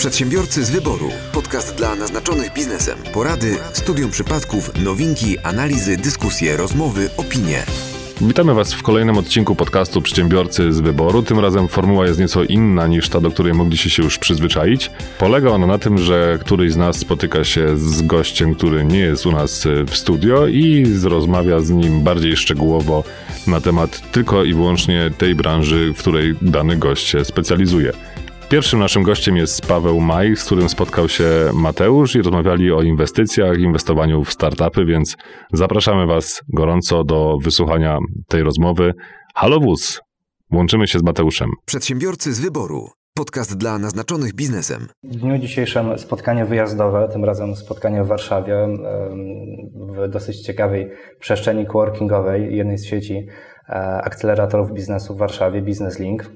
Przedsiębiorcy z wyboru. Podcast dla naznaczonych biznesem. Porady, studium przypadków, nowinki, analizy, dyskusje, rozmowy, opinie. Witamy Was w kolejnym odcinku podcastu Przedsiębiorcy z wyboru. Tym razem formuła jest nieco inna niż ta, do której mogliście się już przyzwyczaić. Polega ona na tym, że któryś z nas spotyka się z gościem, który nie jest u nas w studio i rozmawia z nim bardziej szczegółowo na temat tylko i wyłącznie tej branży, w której dany gość się specjalizuje. Pierwszym naszym gościem jest Paweł Maj, z którym spotkał się Mateusz i rozmawiali o inwestycjach, inwestowaniu w startupy, więc zapraszamy Was gorąco do wysłuchania tej rozmowy. Halo Wóz, łączymy się z Mateuszem. Przedsiębiorcy z wyboru. Podcast dla naznaczonych biznesem. W dniu dzisiejszym spotkanie wyjazdowe, tym razem spotkanie w Warszawie, w dosyć ciekawej przestrzeni coworkingowej, jednej z sieci akceleratorów biznesu w Warszawie, Business Link.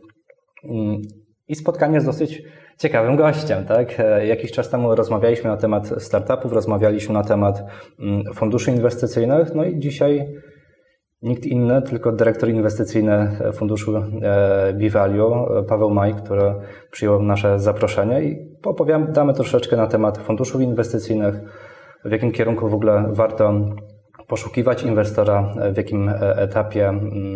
I spotkanie z dosyć ciekawym gościem, tak? Jakiś czas temu rozmawialiśmy na temat startupów, rozmawialiśmy na temat funduszy inwestycyjnych, no i dzisiaj nikt inny, tylko dyrektor inwestycyjny funduszu B-Value, Paweł Maj, który przyjął nasze zaproszenie i opowiadamy troszeczkę na temat funduszów inwestycyjnych, w jakim kierunku w ogóle warto poszukiwać inwestora, w jakim etapie.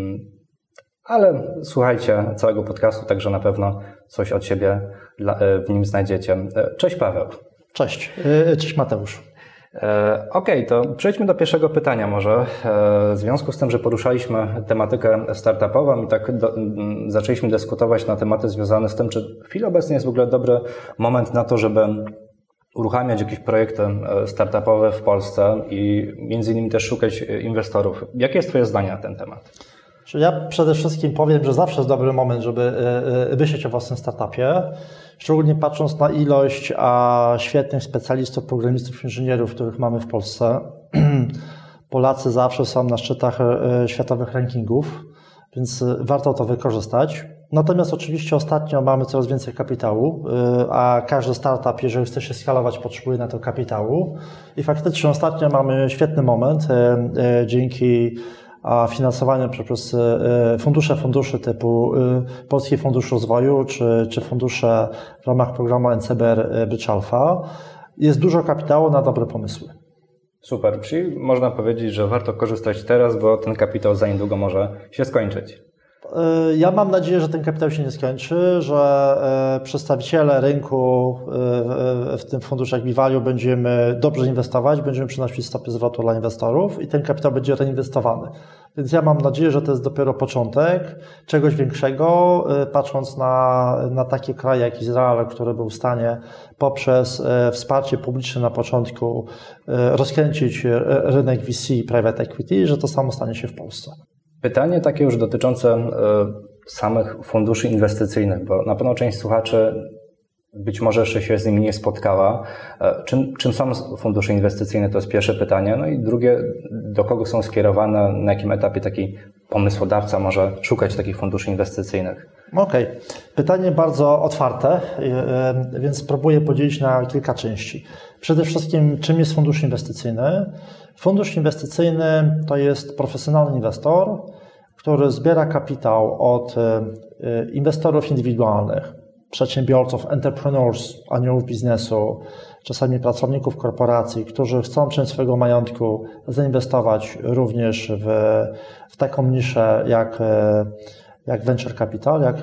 Ale słuchajcie całego podcastu, także na pewno coś od siebie w nim znajdziecie. Cześć Paweł. Cześć. Cześć Mateusz. Okej, to przejdźmy do pierwszego pytania może. W związku z tym, że poruszaliśmy tematykę startupową i tak zaczęliśmy dyskutować na tematy związane z tym, czy w chwili obecnej jest w ogóle dobry moment na to, żeby uruchamiać jakieś projekty startupowe w Polsce i między innymi też szukać inwestorów. Jakie jest Twoje zdanie na ten temat? Ja przede wszystkim powiem, że zawsze jest dobry moment, żeby myśleć o własnym startupie, szczególnie patrząc na ilość świetnych specjalistów, programistów, inżynierów, których mamy w Polsce. Polacy zawsze są na szczytach światowych rankingów, więc warto to wykorzystać. Natomiast oczywiście ostatnio mamy coraz więcej kapitału, a każdy startup, jeżeli chce się skalować, potrzebuje na to kapitału. I faktycznie ostatnio mamy świetny moment dzięki finansowanie przez fundusze typu Polski Fundusz Rozwoju czy fundusze w ramach programu NCBR Bridge Alpha. Jest dużo kapitału na dobre pomysły. Super, czyli można powiedzieć, że warto korzystać teraz, bo ten kapitał za niedługo może się skończyć. Ja mam nadzieję, że ten kapitał się nie skończy, że przedstawiciele rynku w tym funduszu jak B-Value będziemy dobrze inwestować, będziemy przynosić stopy zwrotu dla inwestorów i ten kapitał będzie reinwestowany. Więc ja mam nadzieję, że to jest dopiero początek czegoś większego, patrząc na takie kraje jak Izrael, który był w stanie poprzez wsparcie publiczne na początku rozkręcić rynek VC i private equity, że to samo stanie się w Polsce. Pytanie takie już dotyczące samych funduszy inwestycyjnych, bo na pewno część słuchaczy być może jeszcze się z nimi nie spotkała. Czym są fundusze inwestycyjne? To jest pierwsze pytanie. No i drugie, do kogo są skierowane, na jakim etapie taki pomysłodawca może szukać takich funduszy inwestycyjnych? Okej. Pytanie bardzo otwarte, więc spróbuję podzielić na kilka części. Przede wszystkim, czym jest fundusz inwestycyjny? Fundusz inwestycyjny to jest profesjonalny inwestor, który zbiera kapitał od inwestorów indywidualnych, przedsiębiorców, entrepreneurs, aniołów biznesu, czasami pracowników korporacji, którzy chcą część swojego majątku zainwestować również w taką niszę jak venture capital,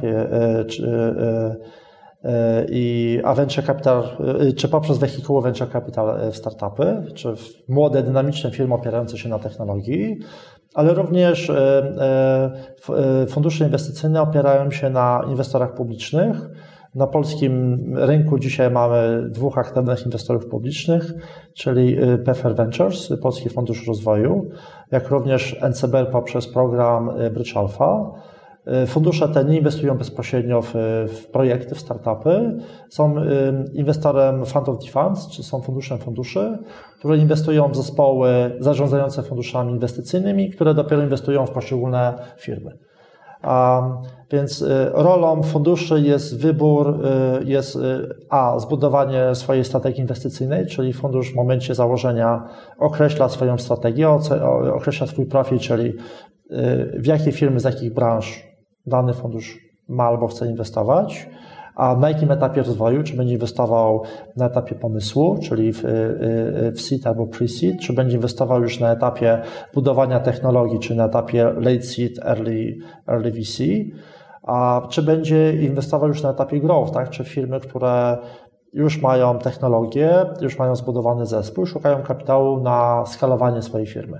a venture capital, czy poprzez wehikuły venture capital w startupy, czy w młode, dynamiczne firmy opierające się na technologii, ale również fundusze inwestycyjne opierają się na inwestorach publicznych. Na polskim rynku dzisiaj mamy dwóch aktywnych inwestorów publicznych, czyli PFR Ventures, Polski Fundusz Rozwoju, jak również NCBR poprzez program Bridge Alpha. Fundusze te nie inwestują bezpośrednio w projekty, w startupy. Są inwestorem fund of the funds, czy są funduszem funduszy, które inwestują w zespoły zarządzające funduszami inwestycyjnymi, które dopiero inwestują w poszczególne firmy. Więc rolą funduszy jest wybór, jest zbudowanie swojej strategii inwestycyjnej, czyli fundusz w momencie założenia określa swoją strategię, określa swój profil, czyli w jakie firmy, z jakich branż dany fundusz ma albo chce inwestować. A na jakim etapie rozwoju? Czy będzie inwestował na etapie pomysłu, czyli w seed albo pre-seed, czy będzie inwestował już na etapie budowania technologii, czy na etapie late seed, early VC, a czy będzie inwestował już na etapie growth, tak? Czy firmy, które już mają technologię, już mają zbudowany zespół, szukają kapitału na skalowanie swojej firmy.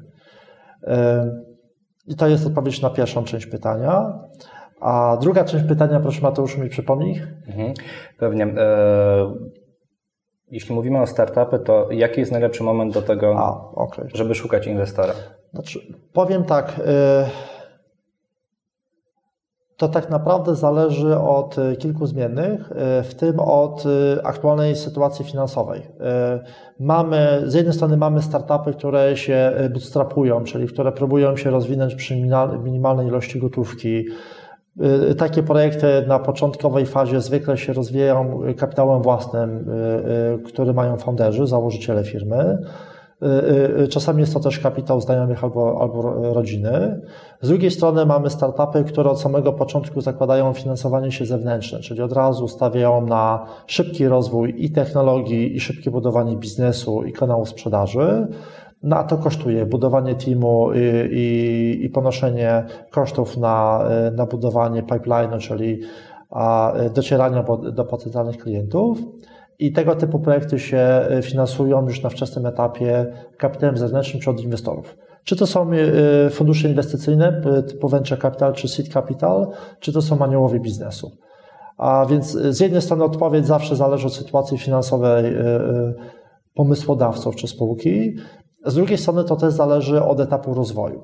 I to jest odpowiedź na pierwszą część pytania. A druga część pytania, proszę Mateuszu, mi przypomnij. Pewnie. Jeśli mówimy o startupy, to jaki jest najlepszy moment do tego, żeby szukać inwestora? Znaczy, powiem tak, to tak naprawdę zależy od kilku zmiennych, w tym od aktualnej sytuacji finansowej. Z jednej strony mamy startupy, które się bootstrapują, czyli które próbują się rozwinąć przy minimalnej ilości gotówki. Takie projekty na początkowej fazie zwykle się rozwijają kapitałem własnym, który mają founderzy, założyciele firmy. Czasami jest to też kapitał znajomych albo rodziny. Z drugiej strony mamy startupy, które od samego początku zakładają finansowanie się zewnętrzne, czyli od razu stawiają na szybki rozwój i technologii, i szybkie budowanie biznesu, i kanału sprzedaży. No a to kosztuje budowanie teamu i ponoszenie kosztów na budowanie pipeline'u, czyli docierania do potencjalnych klientów. I tego typu projekty się finansują już na wczesnym etapie kapitałem zewnętrznym czy od inwestorów. Czy to są fundusze inwestycyjne typu venture capital czy seed capital, czy to są aniołowie biznesu. A więc z jednej strony odpowiedź zawsze zależy od sytuacji finansowej pomysłodawców czy spółki, z drugiej strony to też zależy od etapu rozwoju.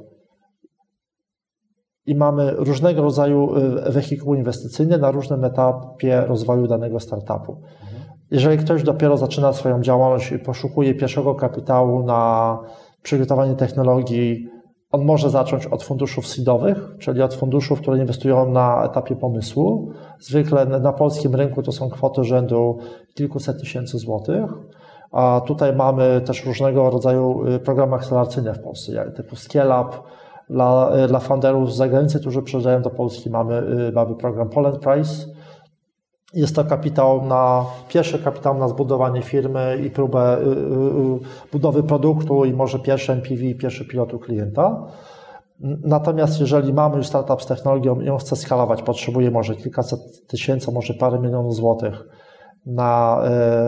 I mamy różnego rodzaju wehikuły inwestycyjne na różnym etapie rozwoju danego startupu. Jeżeli ktoś dopiero zaczyna swoją działalność i poszukuje pierwszego kapitału na przygotowanie technologii, on może zacząć od funduszów seedowych, czyli od funduszów, które inwestują na etapie pomysłu. Zwykle na polskim rynku to są kwoty rzędu kilkuset tysięcy złotych. A tutaj mamy też różnego rodzaju programy akceleracyjne w Polsce, typu Scale Up. Dla founderów z zagranicy, którzy przyjeżdżają do Polski, mamy program Poland Prize. Jest to pierwszy kapitał na zbudowanie firmy i próbę budowy produktu i może pierwszy MPV, pierwszy pilotu klienta. Natomiast jeżeli mamy już startup z technologią i on chce skalować, potrzebuje może kilkaset tysięcy, może parę milionów złotych na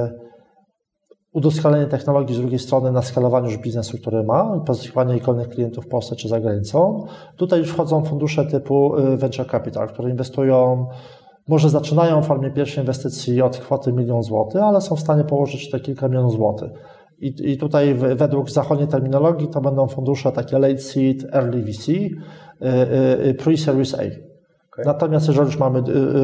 udoskonalenie technologii, z drugiej strony na skalowaniu już biznesu, który ma i pozyskiwanie kolejnych klientów w Polsce czy za granicą. Tutaj już wchodzą fundusze typu venture capital, które inwestują, może zaczynają w formie pierwszej inwestycji od kwoty 1 000 000 złotych, ale są w stanie położyć te kilka milionów złotych. I tutaj według zachodniej terminologii to będą fundusze takie late seed, early VC, pre-series A. Okay. Natomiast jeżeli już mamy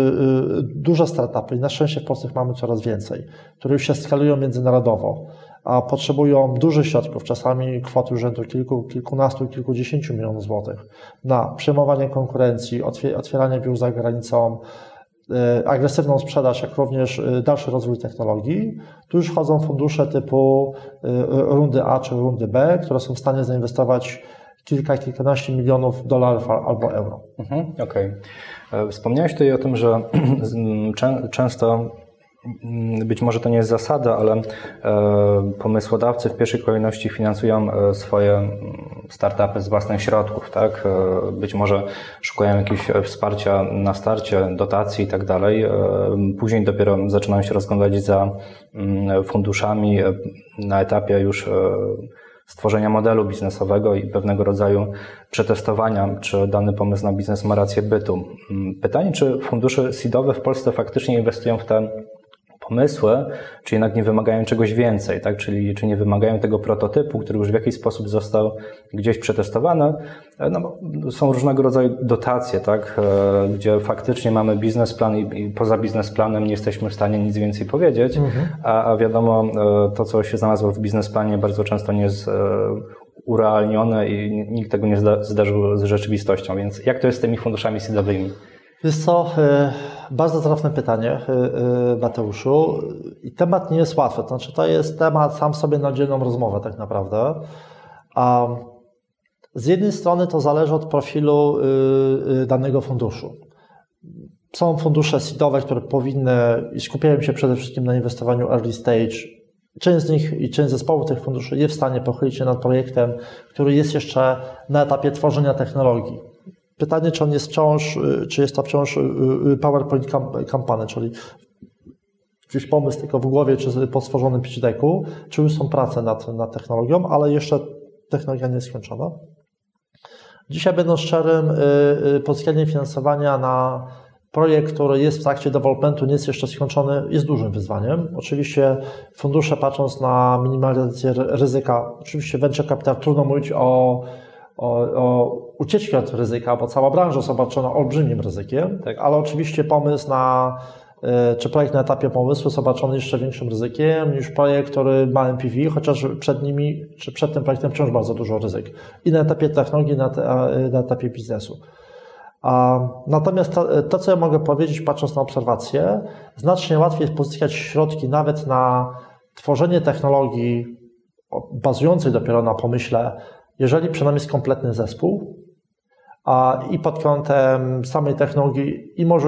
duże startupy, i na szczęście w Polsce mamy coraz więcej, które już się skalują międzynarodowo, a potrzebują dużych środków, czasami kwoty rzędu kilkunastu, kilkudziesięciu milionów złotych na przejmowanie konkurencji, otwieranie biur za granicą, agresywną sprzedaż, jak również dalszy rozwój technologii. Tu już wchodzą fundusze typu rundy A czy rundy B, które są w stanie zainwestować kilkanaście milionów dolarów albo euro. Okej. Wspomniałeś tutaj o tym, że często, być może to nie jest zasada, ale pomysłodawcy w pierwszej kolejności finansują swoje startupy z własnych środków, tak? Być może szukają jakiegoś wsparcia na starcie, dotacji i tak dalej. Później dopiero zaczynają się rozglądać za funduszami na etapie już stworzenia modelu biznesowego i pewnego rodzaju przetestowania, czy dany pomysł na biznes ma rację bytu. Pytanie, czy fundusze seedowe w Polsce faktycznie inwestują w te pomysły, czy jednak nie wymagają czegoś więcej, tak? Czyli czy nie wymagają tego prototypu, który już w jakiś sposób został gdzieś przetestowany. No, bo są różnego rodzaju dotacje, tak? Gdzie faktycznie mamy biznesplan i poza biznesplanem nie jesteśmy w stanie nic więcej powiedzieć, a wiadomo, to co się znalazło w biznesplanie bardzo często nie jest urealnione i nikt tego nie zdarzył z rzeczywistością, więc jak to jest z tymi funduszami seedowymi? Wiesz co, bardzo trafne pytanie, Mateuszu. I temat nie jest łatwy, to znaczy to jest temat sam sobie na oddzielną rozmowę tak naprawdę. A z jednej strony to zależy od profilu danego funduszu. Są fundusze seedowe, które powinny i skupiają się przede wszystkim na inwestowaniu early stage. Część z nich i część zespołów tych funduszy jest w stanie pochylić się nad projektem, który jest jeszcze na etapie tworzenia technologii. Pytanie, czy jest to wciąż PowerPoint kampania, czyli gdzieś pomysł tylko w głowie, czy po stworzonym pitch decku, czy już są prace nad technologią, ale jeszcze technologia nie jest skończona. Dzisiaj, będąc szczerym, pozyskanie finansowania na projekt, który jest w trakcie developmentu, nie jest jeszcze skończony, jest dużym wyzwaniem. Oczywiście fundusze, patrząc na minimalizację ryzyka, oczywiście venture capital trudno mówić o ucieczki od ryzyka, bo cała branża jest obarczona olbrzymim ryzykiem, tak. Ale oczywiście pomysł czy projekt na etapie pomysłu jest obarczony jeszcze większym ryzykiem niż projekt, który ma MPV, chociaż przed tym projektem wciąż bardzo dużo ryzyk. I na etapie technologii, na etapie biznesu. Natomiast to, co ja mogę powiedzieć, patrząc na obserwacje, znacznie łatwiej jest pozyskać środki nawet na tworzenie technologii bazującej dopiero na pomyśle, jeżeli przynajmniej jest kompletny zespół i pod kątem samej technologii i może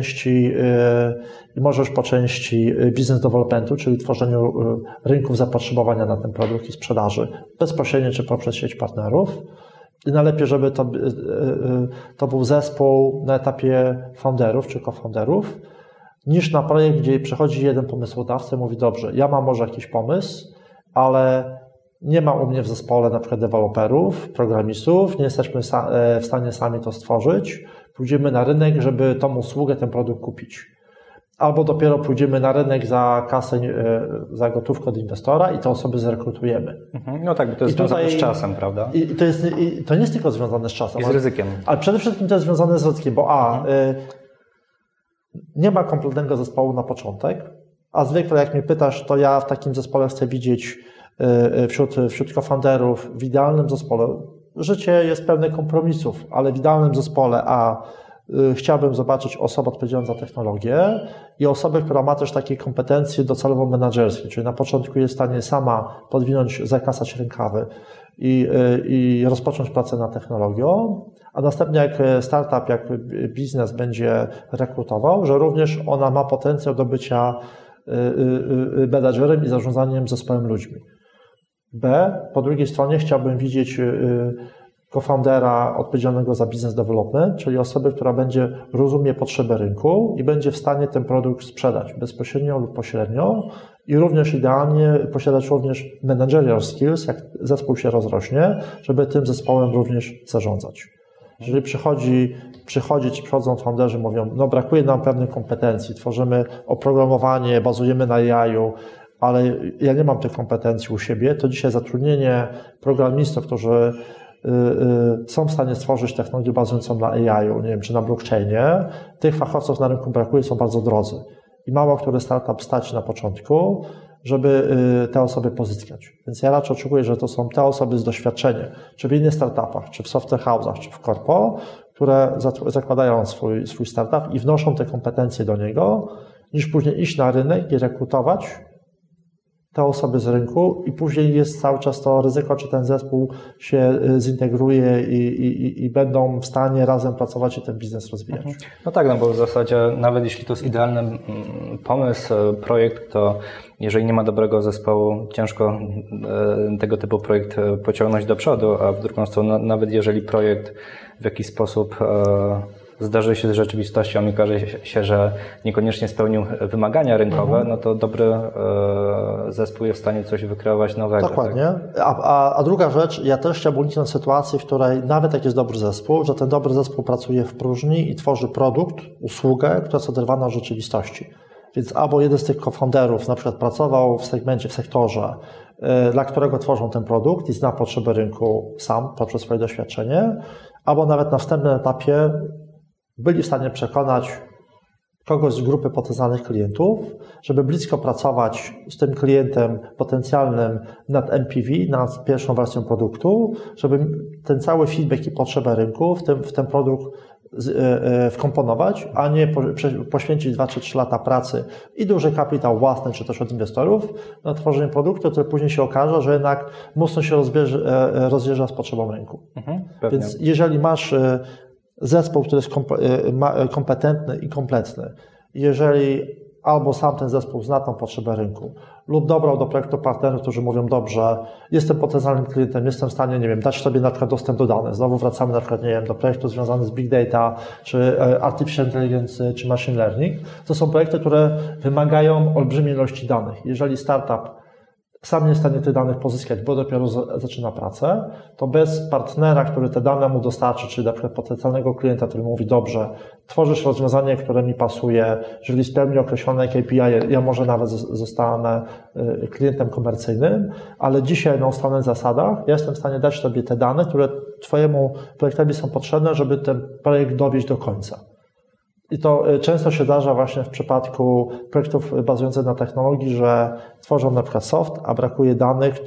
już po części business developmentu, czyli tworzeniu rynków zapotrzebowania na ten produkt i sprzedaży bezpośrednio czy poprzez sieć partnerów. I najlepiej, żeby to był zespół na etapie founderów czy co-founderów, niż na projekt, gdzie przychodzi jeden pomysłodawca i mówi, dobrze, ja mam może jakiś pomysł, ale nie ma u mnie w zespole na przykład deweloperów, programistów, nie jesteśmy w stanie sami to stworzyć, pójdziemy na rynek, żeby tą usługę, ten produkt kupić. Albo dopiero pójdziemy na rynek za kasę, za gotówkę od inwestora i te osoby zrekrutujemy. No tak, bo to jest związane z czasem, prawda? To nie jest tylko związane z czasem. I z ryzykiem. Ale przede wszystkim to jest związane z ryzykiem, bo nie ma kompletnego zespołu na początek, a zwykle jak mnie pytasz, to ja w takim zespole chcę widzieć wśród co-founderów w idealnym zespole. Życie jest pełne kompromisów, ale w idealnym zespole chciałbym zobaczyć osobę odpowiedzialną za technologię i osobę, która ma też takie kompetencje docelowo menedżerskie, czyli na początku jest w stanie sama podwinąć, zakasać rękawy i rozpocząć pracę nad technologią, a następnie jak startup, jak biznes będzie rekrutował, że również ona ma potencjał do bycia menedżerem i zarządzaniem zespołem ludźmi. Po drugiej stronie chciałbym widzieć co-foundera odpowiedzialnego za business development, czyli osobę, która rozumie potrzeby rynku i będzie w stanie ten produkt sprzedać bezpośrednio lub pośrednio i również idealnie posiadać również managerial skills, jak zespół się rozrośnie, żeby tym zespołem również zarządzać. Jeżeli przychodzą founderzy, mówią, no brakuje nam pewnych kompetencji, tworzymy oprogramowanie, bazujemy na AI-u, ale ja nie mam tych kompetencji u siebie, to dzisiaj zatrudnienie programistów, którzy są w stanie stworzyć technologię bazującą na AI-u, nie wiem, czy na blockchainie, tych fachowców na rynku brakuje, są bardzo drodzy. I mało który startup stać na początku, żeby te osoby pozyskać. Więc ja raczej oczekuję, że to są te osoby z doświadczeniem, czy w innych startupach, czy w software house'ach, czy w korpo, które zakładają swój startup i wnoszą te kompetencje do niego, niż później iść na rynek i rekrutować te osoby z rynku i później jest cały czas to ryzyko, czy ten zespół się zintegruje i będą w stanie razem pracować i ten biznes rozwijać. No tak, no bo w zasadzie nawet jeśli to jest idealny pomysł, projekt, to jeżeli nie ma dobrego zespołu, ciężko tego typu projekt pociągnąć do przodu, a w drugą stronę nawet jeżeli projekt w jakiś sposób zdarzy się z rzeczywistością i okaże się, że niekoniecznie spełnił wymagania rynkowe, no to dobry zespół jest w stanie coś wykreować nowego. Dokładnie. Tak? A druga rzecz, ja też chciałbym uniknąć sytuacji, w której nawet jak jest dobry zespół, że ten dobry zespół pracuje w próżni i tworzy produkt, usługę, która jest oderwana od rzeczywistości. Więc albo jeden z tych co-founderów na przykład pracował w segmencie, w sektorze, dla którego tworzą ten produkt i zna potrzeby rynku sam poprzez swoje doświadczenie, albo nawet na wstępnym etapie byli w stanie przekonać kogoś z grupy potencjalnych klientów, żeby blisko pracować z tym klientem potencjalnym nad MPV, nad pierwszą wersją produktu, żeby ten cały feedback i potrzebę rynku w ten produkt wkomponować, a nie poświęcić 2 czy 3 lata pracy i duży kapitał własny, czy też od inwestorów na tworzenie produktu, który później się okaże, że jednak mocno się rozjeżdża z potrzebą rynku. Więc jeżeli masz zespół, który jest kompetentny i kompletny. Jeżeli albo sam ten zespół zna tą potrzebę rynku, lub dobrał do projektu partnerów, którzy mówią, dobrze, jestem potencjalnym klientem, jestem w stanie, nie wiem, dać sobie na przykład dostęp do danych. Znowu wracamy na przykład, nie wiem, do projektu związanych z Big Data, czy Artificial Intelligence, czy Machine Learning. To są projekty, które wymagają olbrzymiej ilości danych. Jeżeli startup sam nie jest w stanie tych danych pozyskać, bo dopiero zaczyna pracę, to bez partnera, który te dane mu dostarczy, czyli na przykład potencjalnego klienta, który mówi, dobrze, tworzysz rozwiązanie, które mi pasuje, jeżeli spełni określone KPI, ja może nawet zostanę klientem komercyjnym, ale dzisiaj na ustalonych zasadach ja jestem w stanie dać Tobie te dane, które Twojemu projektowi są potrzebne, żeby ten projekt dowieść do końca. I to często się zdarza właśnie w przypadku projektów bazujących na technologii, że tworzą na przykład soft, a brakuje danych,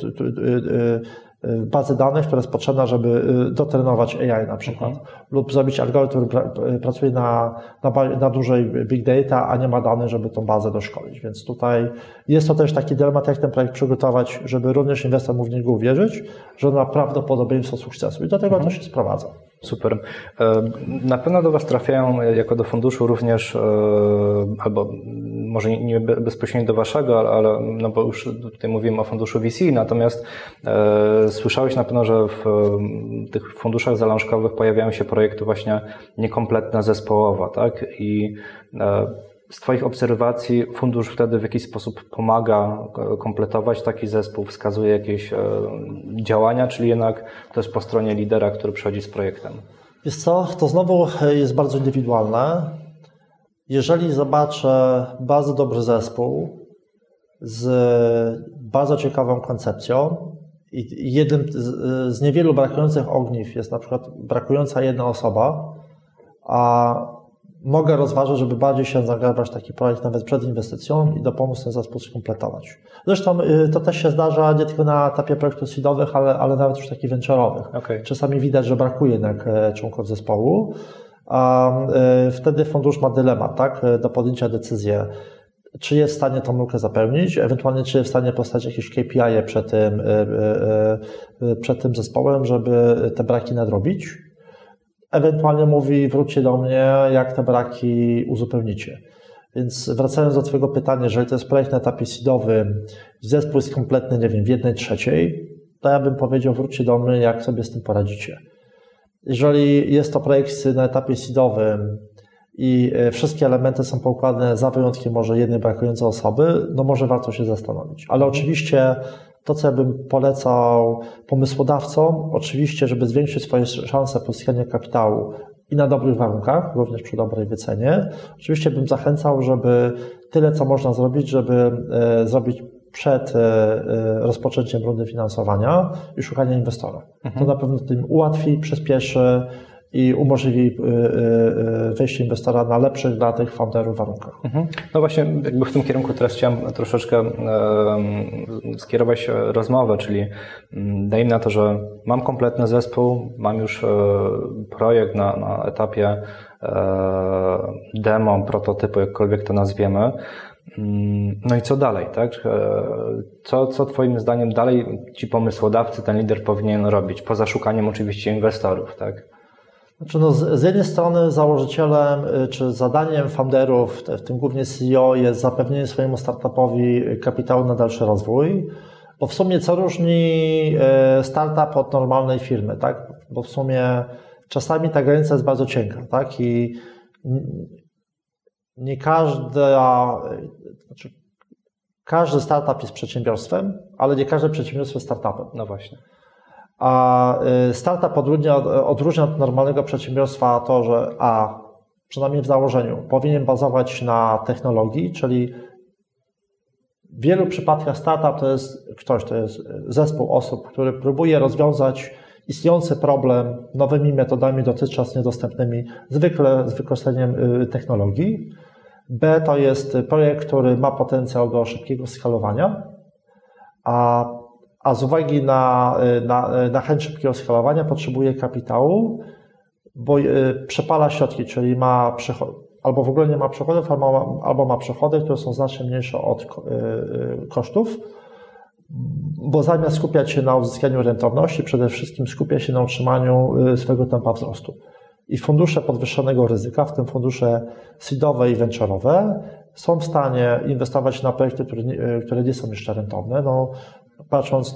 bazy danych, która jest potrzebna, żeby dotrenować AI na przykład. Lub zrobić algorytm, który pracuje na dużej big data, a nie ma danych, żeby tą bazę doszkolić. Więc tutaj jest to też taki dylemat, jak ten projekt przygotować, żeby również inwestor mógł w niego uwierzyć, że on ma prawdopodobieństwo sukcesu. I do tego to się sprowadza. Super. Na pewno do Was trafiają jako do funduszu również, albo może nie bezpośrednio do Waszego, ale no bo już tutaj mówimy o funduszu VC, natomiast słyszałeś na pewno, że w tych funduszach zalążkowych pojawiają się projekty właśnie niekompletne zespołowo, tak? I z Twoich obserwacji fundusz wtedy w jakiś sposób pomaga kompletować taki zespół, wskazuje jakieś działania, czyli jednak to jest po stronie lidera, który przychodzi z projektem? Wiesz co, to znowu jest bardzo indywidualne. Jeżeli zobaczę bardzo dobry zespół z bardzo ciekawą koncepcją i jednym z niewielu brakujących ogniw jest na przykład brakująca jedna osoba, a mogę rozważyć, żeby bardziej się zaangażować w taki projekt nawet przed inwestycją i dopomóc ten zespół skompletować. Zresztą to też się zdarza nie tylko na etapie projektów seedowych, ale nawet już takich venture'owych. Okay. Czasami widać, że brakuje jednak członków zespołu, a wtedy fundusz ma dylemat, tak, do podjęcia decyzji, czy jest w stanie tą lukę zapełnić, ewentualnie czy jest w stanie postawić jakieś KPI przed tym zespołem, żeby te braki nadrobić. Ewentualnie mówi, wróćcie do mnie, jak te braki uzupełnicie. Więc wracając do Twojego pytania, jeżeli to jest projekt na etapie seedowym, zespół jest kompletny, nie wiem, w 1/3, to ja bym powiedział, wróćcie do mnie, jak sobie z tym poradzicie. Jeżeli jest to projekt na etapie seedowym i wszystkie elementy są poukładane za wyjątkiem może jednej brakującej osoby, no może warto się zastanowić. Ale oczywiście to, co ja bym polecał pomysłodawcom, oczywiście, żeby zwiększyć swoje szanse pozyskania kapitału i na dobrych warunkach, również przy dobrej wycenie, oczywiście bym zachęcał, żeby tyle, co można zrobić, żeby zrobić przed rozpoczęciem rundy finansowania i szukania inwestora. To na pewno tym ułatwi, przyspieszy i umożliwi wejście inwestora na lepszych dla tych founderów warunkach. No właśnie jakby w tym kierunku teraz chciałem troszeczkę skierować rozmowę, czyli dajmy na to, że mam kompletny zespół, mam już projekt na etapie demo, prototypu, jakkolwiek to nazwiemy. No i co dalej, tak? Co Twoim zdaniem dalej ci pomysłodawcy, ten lider powinien robić, poza szukaniem oczywiście inwestorów, tak? Znaczy no z jednej strony założycielem czy zadaniem founderów, w tym głównie CEO, jest zapewnienie swojemu startupowi kapitału na dalszy rozwój, bo w sumie co różni startup od normalnej firmy, tak? Bo w sumie czasami ta granica jest bardzo cienka, tak? I nie każdy startup jest przedsiębiorstwem, ale nie każde przedsiębiorstwo jest startupem. No właśnie. A startup odróżnia od normalnego przedsiębiorstwa to, że przynajmniej w założeniu, powinien bazować na technologii, czyli w wielu przypadkach startup to jest zespół osób, który próbuje rozwiązać istniejący problem nowymi metodami dotychczas niedostępnymi, zwykle z wykorzystaniem technologii. B to jest projekt, który ma potencjał do szybkiego skalowania, a z uwagi na chęć szybkiego skalowania potrzebuje kapitału, bo przepala środki, czyli ma albo w ogóle nie ma przychodów, albo ma przychody, które są znacznie mniejsze od kosztów, bo zamiast skupiać się na uzyskaniu rentowności, przede wszystkim skupia się na utrzymaniu swojego tempa wzrostu. i fundusze podwyższonego ryzyka, w tym fundusze seedowe i venture'owe, są w stanie inwestować na projekty, które nie są jeszcze rentowne. No, patrząc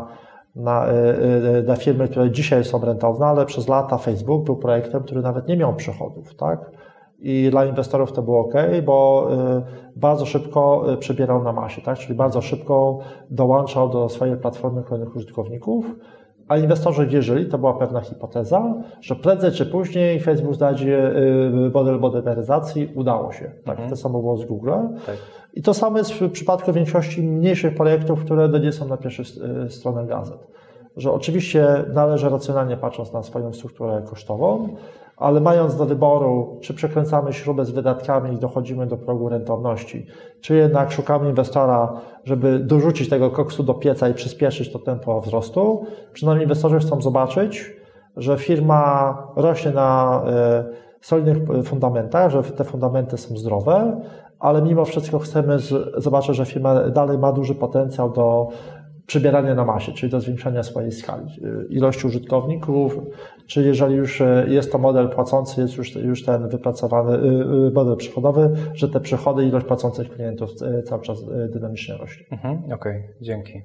na firmy, które dzisiaj są rentowne, ale przez lata Facebook był projektem, który nawet nie miał przychodów, tak? I dla inwestorów to było ok, bo bardzo szybko przebierał na masie, tak? Czyli bardzo szybko dołączał do swojej platformy kolejnych użytkowników, a inwestorzy wierzyli, to była pewna hipoteza, że prędzej czy później Facebook znajdzie model monetyzacji, udało się. Tak? To samo było z Google. Tak. I to samo jest w przypadku większości mniejszych projektów, które nie są na pierwszej stronie gazet. Że oczywiście należy racjonalnie patrząc na swoją strukturę kosztową, ale mając do wyboru, czy przekręcamy śrubę z wydatkami i dochodzimy do progu rentowności, czy jednak szukamy inwestora, żeby dorzucić tego koksu do pieca i przyspieszyć to tempo wzrostu, przynajmniej inwestorzy chcą zobaczyć, że firma rośnie na solidnych fundamentach, że te fundamenty są zdrowe, ale mimo wszystko chcemy zobaczyć, że firma dalej ma duży potencjał do przybierania na masie, czyli do zwiększania swojej skali, ilości użytkowników, czy jeżeli już jest to model płacący, jest już ten wypracowany model przychodowy, że te przychody, ilość płacących klientów cały czas dynamicznie rośnie. Okej, dzięki.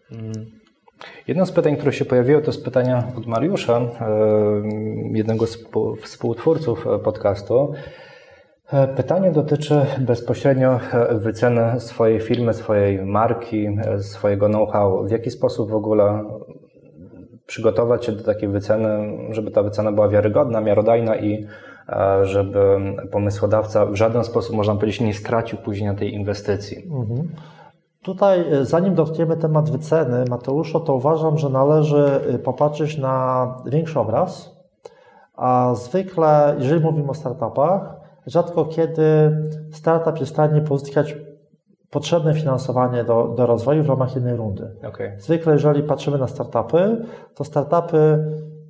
Jedno z pytań, które się pojawiło, to jest pytania od Mariusza, jednego z współtwórców podcastu. Pytanie dotyczy bezpośrednio wyceny swojej firmy, swojej marki, swojego know-how. W jaki sposób w ogóle przygotować się do takiej wyceny, żeby ta wycena była wiarygodna, miarodajna i żeby pomysłodawca w żaden sposób, można powiedzieć, nie stracił później na tej inwestycji? Tutaj, zanim dotkniemy temat wyceny, Mateuszu, to uważam, że należy popatrzeć na większy obraz, a zwykle, jeżeli mówimy o startupach, rzadko kiedy startup jest w stanie pozyskać potrzebne finansowanie do rozwoju w ramach jednej rundy. Okay. Zwykle, jeżeli patrzymy na startupy, to startupy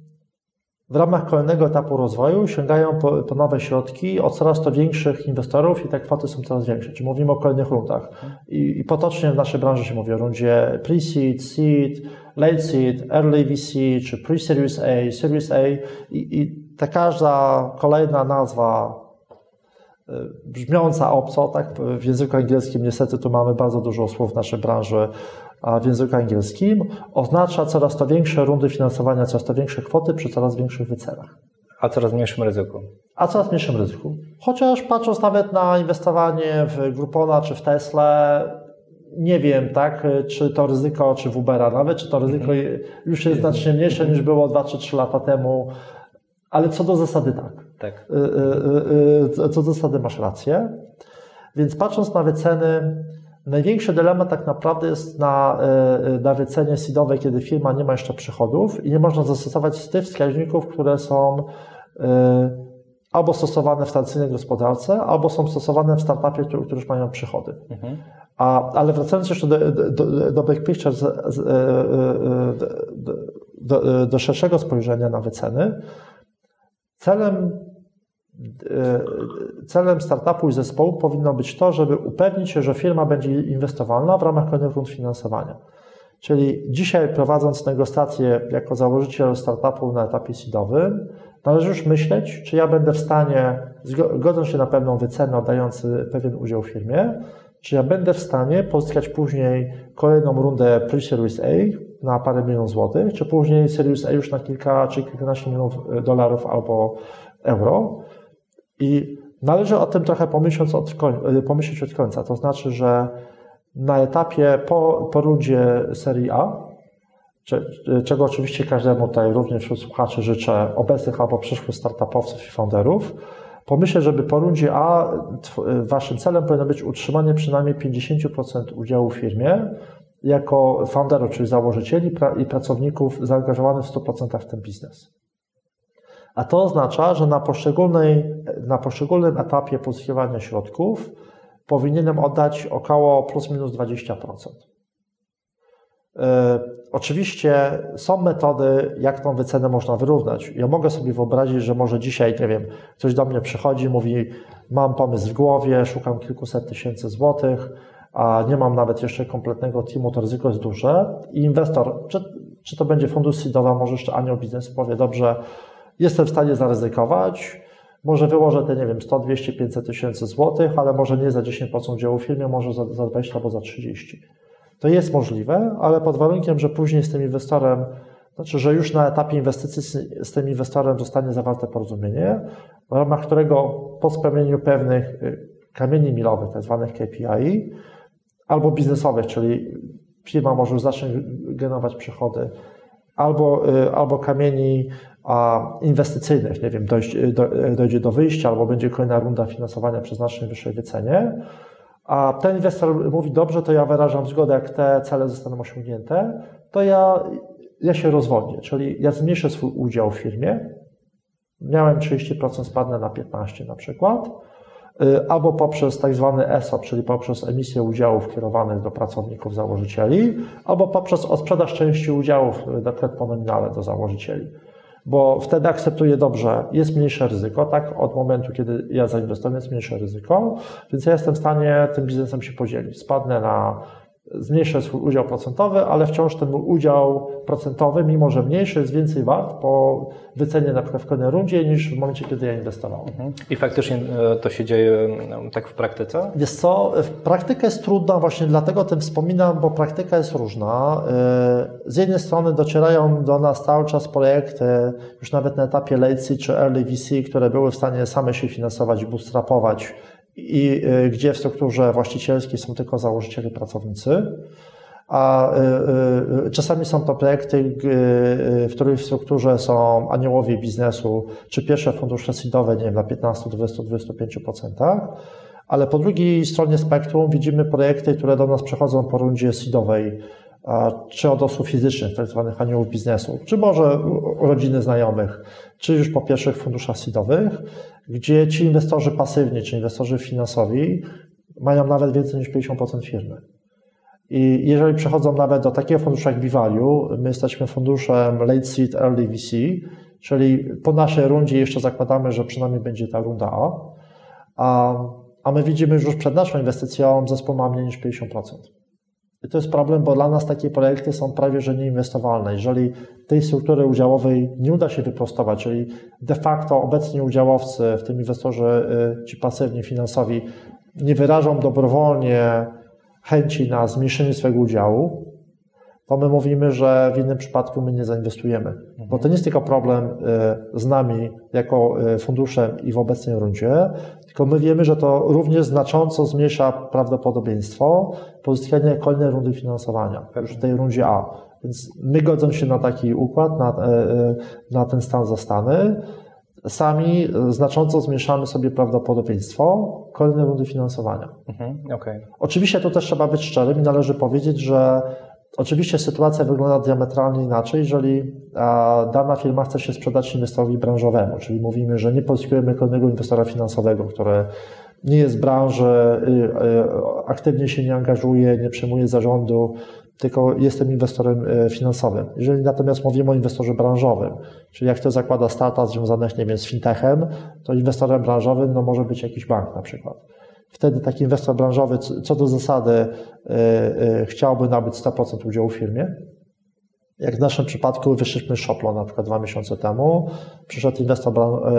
w ramach kolejnego etapu rozwoju sięgają po nowe środki od coraz to większych inwestorów i te kwoty są coraz większe. Czyli mówimy o kolejnych rundach. I potocznie w naszej branży się mówi o rundzie pre-seed, seed, late seed, early VC, czy pre-series A, series A i ta każda kolejna nazwa brzmiąca obco, tak? W języku angielskim niestety tu mamy bardzo dużo słów w naszej branży, a w języku angielskim oznacza coraz to większe rundy finansowania, coraz to większe kwoty przy coraz większych wycenach. A coraz mniejszym ryzyku. A coraz mniejszym ryzyku. Chociaż patrząc nawet na inwestowanie w Groupona czy w Tesla, nie wiem, tak, czy to ryzyko, czy w Ubera nawet, czy to ryzyko już jest znacznie mniejsze niż było 2 czy 3 lata temu, ale co do zasady tak. Co do zasady masz rację. Więc patrząc na wyceny, największy dylemat tak naprawdę jest na wycenie seedowej, kiedy firma nie ma jeszcze przychodów i nie można zastosować tych wskaźników, które są albo stosowane w tradycyjnej gospodarce, albo są stosowane w startupie, które już mają przychody. Ale wracając jeszcze do big picture, do szerszego spojrzenia na wyceny, celem startupu i zespołu powinno być to, żeby upewnić się, że firma będzie inwestowalna w ramach kolejnych rund finansowania. Czyli dzisiaj prowadząc negocjacje jako założyciel startupu na etapie seedowym, należy już myśleć, czy ja będę w stanie, godząc się na pewną wycenę, oddający pewien udział w firmie, czy ja będę w stanie pozyskać później kolejną rundę pre-series A na parę milionów złotych, czy później series A już na kilka czy kilkanaście milionów dolarów albo euro. I należy o tym trochę pomyśleć od końca. To znaczy, że na etapie po rundzie serii A, czego oczywiście każdemu tutaj również wśród słuchaczy życzę, obecnych albo przyszłych startupowców i founderów, pomyślę, żeby po rundzie A waszym celem powinno być utrzymanie przynajmniej 50% udziału w firmie jako founderów, czyli założycieli i pracowników zaangażowanych w 100% w ten biznes. A to oznacza, że na poszczególnym etapie pozyskiwania środków powinienem oddać około plus minus 20%. Oczywiście są metody, jak tą wycenę można wyrównać. Ja mogę sobie wyobrazić, że może dzisiaj, nie wiem, ktoś do mnie przychodzi, mówi, mam pomysł w głowie, szukam kilkuset tysięcy złotych, a nie mam nawet jeszcze kompletnego teamu, to ryzyko jest duże. I inwestor, czy to będzie fundusz seedowy, może jeszcze anioł biznesu, powie, dobrze, jestem w stanie zaryzykować, może wyłożę te, nie wiem, 100, 200, 500 tysięcy złotych, ale może nie za 10% udziału w firmie, może za 20 albo za 30. To jest możliwe, ale pod warunkiem, że później z tym inwestorem, znaczy, że już na etapie inwestycji z tym inwestorem zostanie zawarte porozumienie, w ramach którego po spełnieniu pewnych kamieni milowych, tak zwanych KPI, albo biznesowych, czyli firma może już zacząć generować przychody, albo kamieni inwestycyjnych, nie wiem, dojdzie do wyjścia, albo będzie kolejna runda finansowania przy znacznie wyższej wycenie, a ten inwestor mówi, dobrze, to ja wyrażam zgodę, jak te cele zostaną osiągnięte, to ja się rozwodnię, czyli ja zmniejszę swój udział w firmie, miałem 30%, spadnę na 15% na przykład, albo poprzez tak zwany ESOP, czyli poprzez emisję udziałów kierowanych do pracowników, założycieli, albo poprzez odsprzedaż części udziałów, na przykład po nominale do założycieli. Bo wtedy akceptuję, dobrze, jest mniejsze ryzyko, tak? Od momentu, kiedy ja zainwestuję, jest mniejsze ryzyko, więc ja jestem w stanie tym biznesem się podzielić. Zmniejszę swój udział procentowy, ale wciąż ten mój udział procentowy, mimo że mniejszy, jest więcej wart po wycenie na przykład w kolejnej rundzie niż w momencie, kiedy ja inwestowałem. I faktycznie to się dzieje tak w praktyce? Wiesz co, praktyka jest trudna, właśnie dlatego o tym wspominam, bo praktyka jest różna. Z jednej strony docierają do nas cały czas projekty, już nawet na etapie late seed czy early VC, które były w stanie same się finansować i bootstrapować, i gdzie w strukturze właścicielskiej są tylko założyciele i pracownicy, a czasami są to projekty, w których w strukturze są aniołowie biznesu, czy pierwsze fundusze seedowe, nie wiem, na 15, 20, 25%, ale po drugiej stronie spektrum widzimy projekty, które do nas przechodzą po rundzie seedowej, czy od osób fizycznych, tak zwanych aniołów biznesu, czy może rodziny znajomych, czy już po pierwszych funduszach seedowych, gdzie ci inwestorzy pasywni, czy inwestorzy finansowi mają nawet więcej niż 50% firmy. I jeżeli przechodzą nawet do takiego funduszu jak B-Value, my jesteśmy funduszem late seed, early VC, czyli po naszej rundzie jeszcze zakładamy, że przynajmniej będzie ta runda a my widzimy już przed naszą inwestycją zespół ma mniej niż 50%. I to jest problem, bo dla nas takie projekty są prawie że nieinwestowalne. Jeżeli tej struktury udziałowej nie uda się wyprostować, czyli de facto obecni udziałowcy, w tym inwestorzy ci pasywni, finansowi, nie wyrażą dobrowolnie chęci na zmniejszenie swojego udziału, to my mówimy, że w innym przypadku my nie zainwestujemy. Bo to nie jest tylko problem z nami jako funduszem i w obecnej rundzie, tylko my wiemy, że to również znacząco zmniejsza prawdopodobieństwo pozyskania kolejnej rundy finansowania, już w tej rundzie A. Więc my godząc się na taki układ, na ten stan zastany, sami znacząco zmniejszamy sobie prawdopodobieństwo kolejnej rundy finansowania. Okay. Oczywiście tu też trzeba być szczerym i należy powiedzieć, że oczywiście sytuacja wygląda diametralnie inaczej, jeżeli dana firma chce się sprzedać inwestorowi branżowemu, czyli mówimy, że nie pozyskujemy kolejnego inwestora finansowego, który nie jest z branży, aktywnie się nie angażuje, nie przejmuje zarządu, tylko jestem inwestorem finansowym. Jeżeli natomiast mówimy o inwestorze branżowym, czyli jak to zakłada startup związanych, nie wiem, z fintechem, to inwestorem branżowym może być jakiś bank na przykład. Wtedy taki inwestor branżowy co do zasady chciałby nabyć 100% udziału w firmie. Jak w naszym przypadku wyszliśmy z Shoplo na przykład 2 miesiące temu, przyszedł inwestor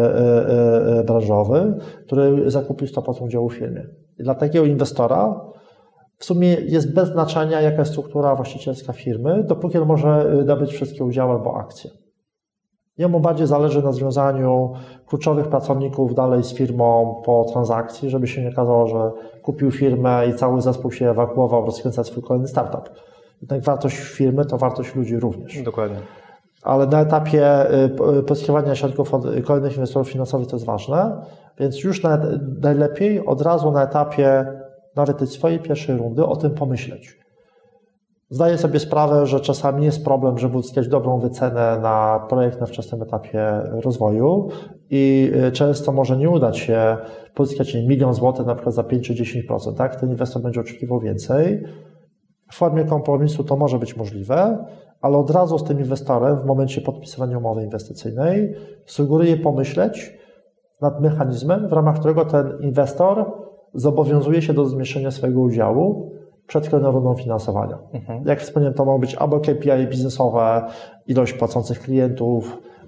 branżowy, który zakupił 100% udziału w firmie. I dla takiego inwestora w sumie jest bez znaczenia, jaka jest struktura właścicielska firmy, dopóki on może nabyć wszystkie udziały albo akcje. Jemu bardziej zależy na związaniu kluczowych pracowników dalej z firmą po transakcji, żeby się nie okazało, że kupił firmę i cały zespół się ewakuował, rozkręcać swój kolejny startup. Jednak wartość firmy to wartość ludzi również. Dokładnie. Ale na etapie pozyskiwania środków od kolejnych inwestorów finansowych to jest ważne, więc już najlepiej od razu na etapie nawet tej swojej pierwszej rundy o tym pomyśleć. Zdaję sobie sprawę, że czasami jest problem, żeby uzyskać dobrą wycenę na projekt na wczesnym etapie rozwoju i często może nie udać się pozyskać 1 000 000 złotych na przykład za 5 czy 10%, tak? Ten inwestor będzie oczekiwał więcej. W formie kompromisu to może być możliwe, ale od razu z tym inwestorem w momencie podpisywania umowy inwestycyjnej sugeruję pomyśleć nad mechanizmem, w ramach którego ten inwestor zobowiązuje się do zmniejszenia swojego udziału przed kolejną rundą finansowania. Jak wspomniałem, to mogą być albo KPI biznesowe, ilość płacących klientów,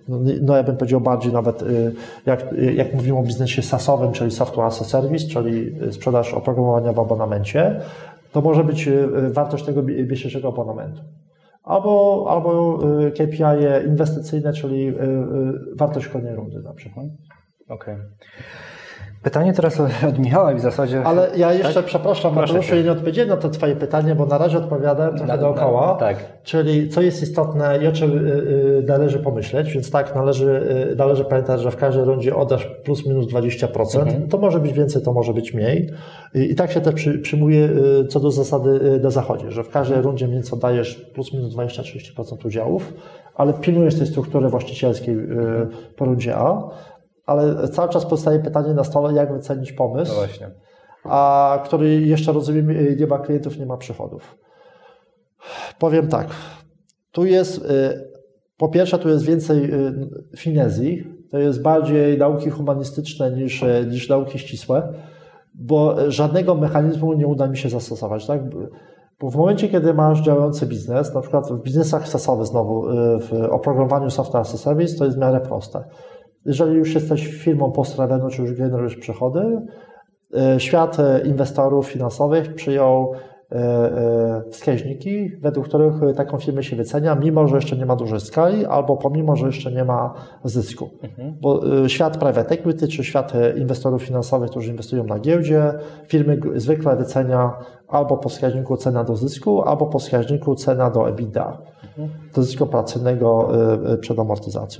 no ja bym powiedział bardziej nawet, jak mówimy o biznesie SaaS-owym, czyli Software as a Service, czyli sprzedaż oprogramowania w abonamencie, to może być wartość tego miesięcznego abonamentu. Albo KPI inwestycyjne, czyli wartość kolejnej rundy na przykład. Okej. Pytanie teraz od Michała w zasadzie... Ale ja jeszcze, przepraszam Mateuszu, nie odpowiedziałem na to twoje pytanie, bo na razie odpowiadałem trochę dookoła. Tak. Czyli co jest istotne i o czym należy pomyśleć, więc tak, należy pamiętać, że w każdej rundzie oddasz plus minus 20%. To może być więcej, to może być mniej. I tak się też przyjmuje co do zasady na zachodzie, że w każdej rundzie mniej więcej oddajesz plus minus 20-30% udziałów, ale pilnujesz tej struktury właścicielskiej po rundzie A. Ale cały czas pozostaje pytanie na stole, jak wycenić pomysł, No właśnie. a który jeszcze rozumiem, nie ma klientów, nie ma przychodów. Powiem tak, tu jest, po pierwsze tu jest więcej finezji, to jest bardziej nauki humanistyczne niż nauki ścisłe, bo żadnego mechanizmu nie uda mi się zastosować, tak? Bo w momencie, kiedy masz działający biznes, na przykład w biznesach SaaS-owych znowu, w oprogramowaniu Software as a Service, to jest w miarę proste. Jeżeli już jesteś firmą post-revenue, czy już generujesz przychody, świat inwestorów finansowych przyjął wskaźniki, według których taką firmę się wycenia, mimo że jeszcze nie ma dużej skali, albo pomimo, że jeszcze nie ma zysku. Bo świat private equity, czy świat inwestorów finansowych, którzy inwestują na giełdzie, firmy zwykle wycenia albo po wskaźniku cena do zysku, albo po wskaźniku cena do EBITDA, do zysku operacyjnego przed amortyzacją.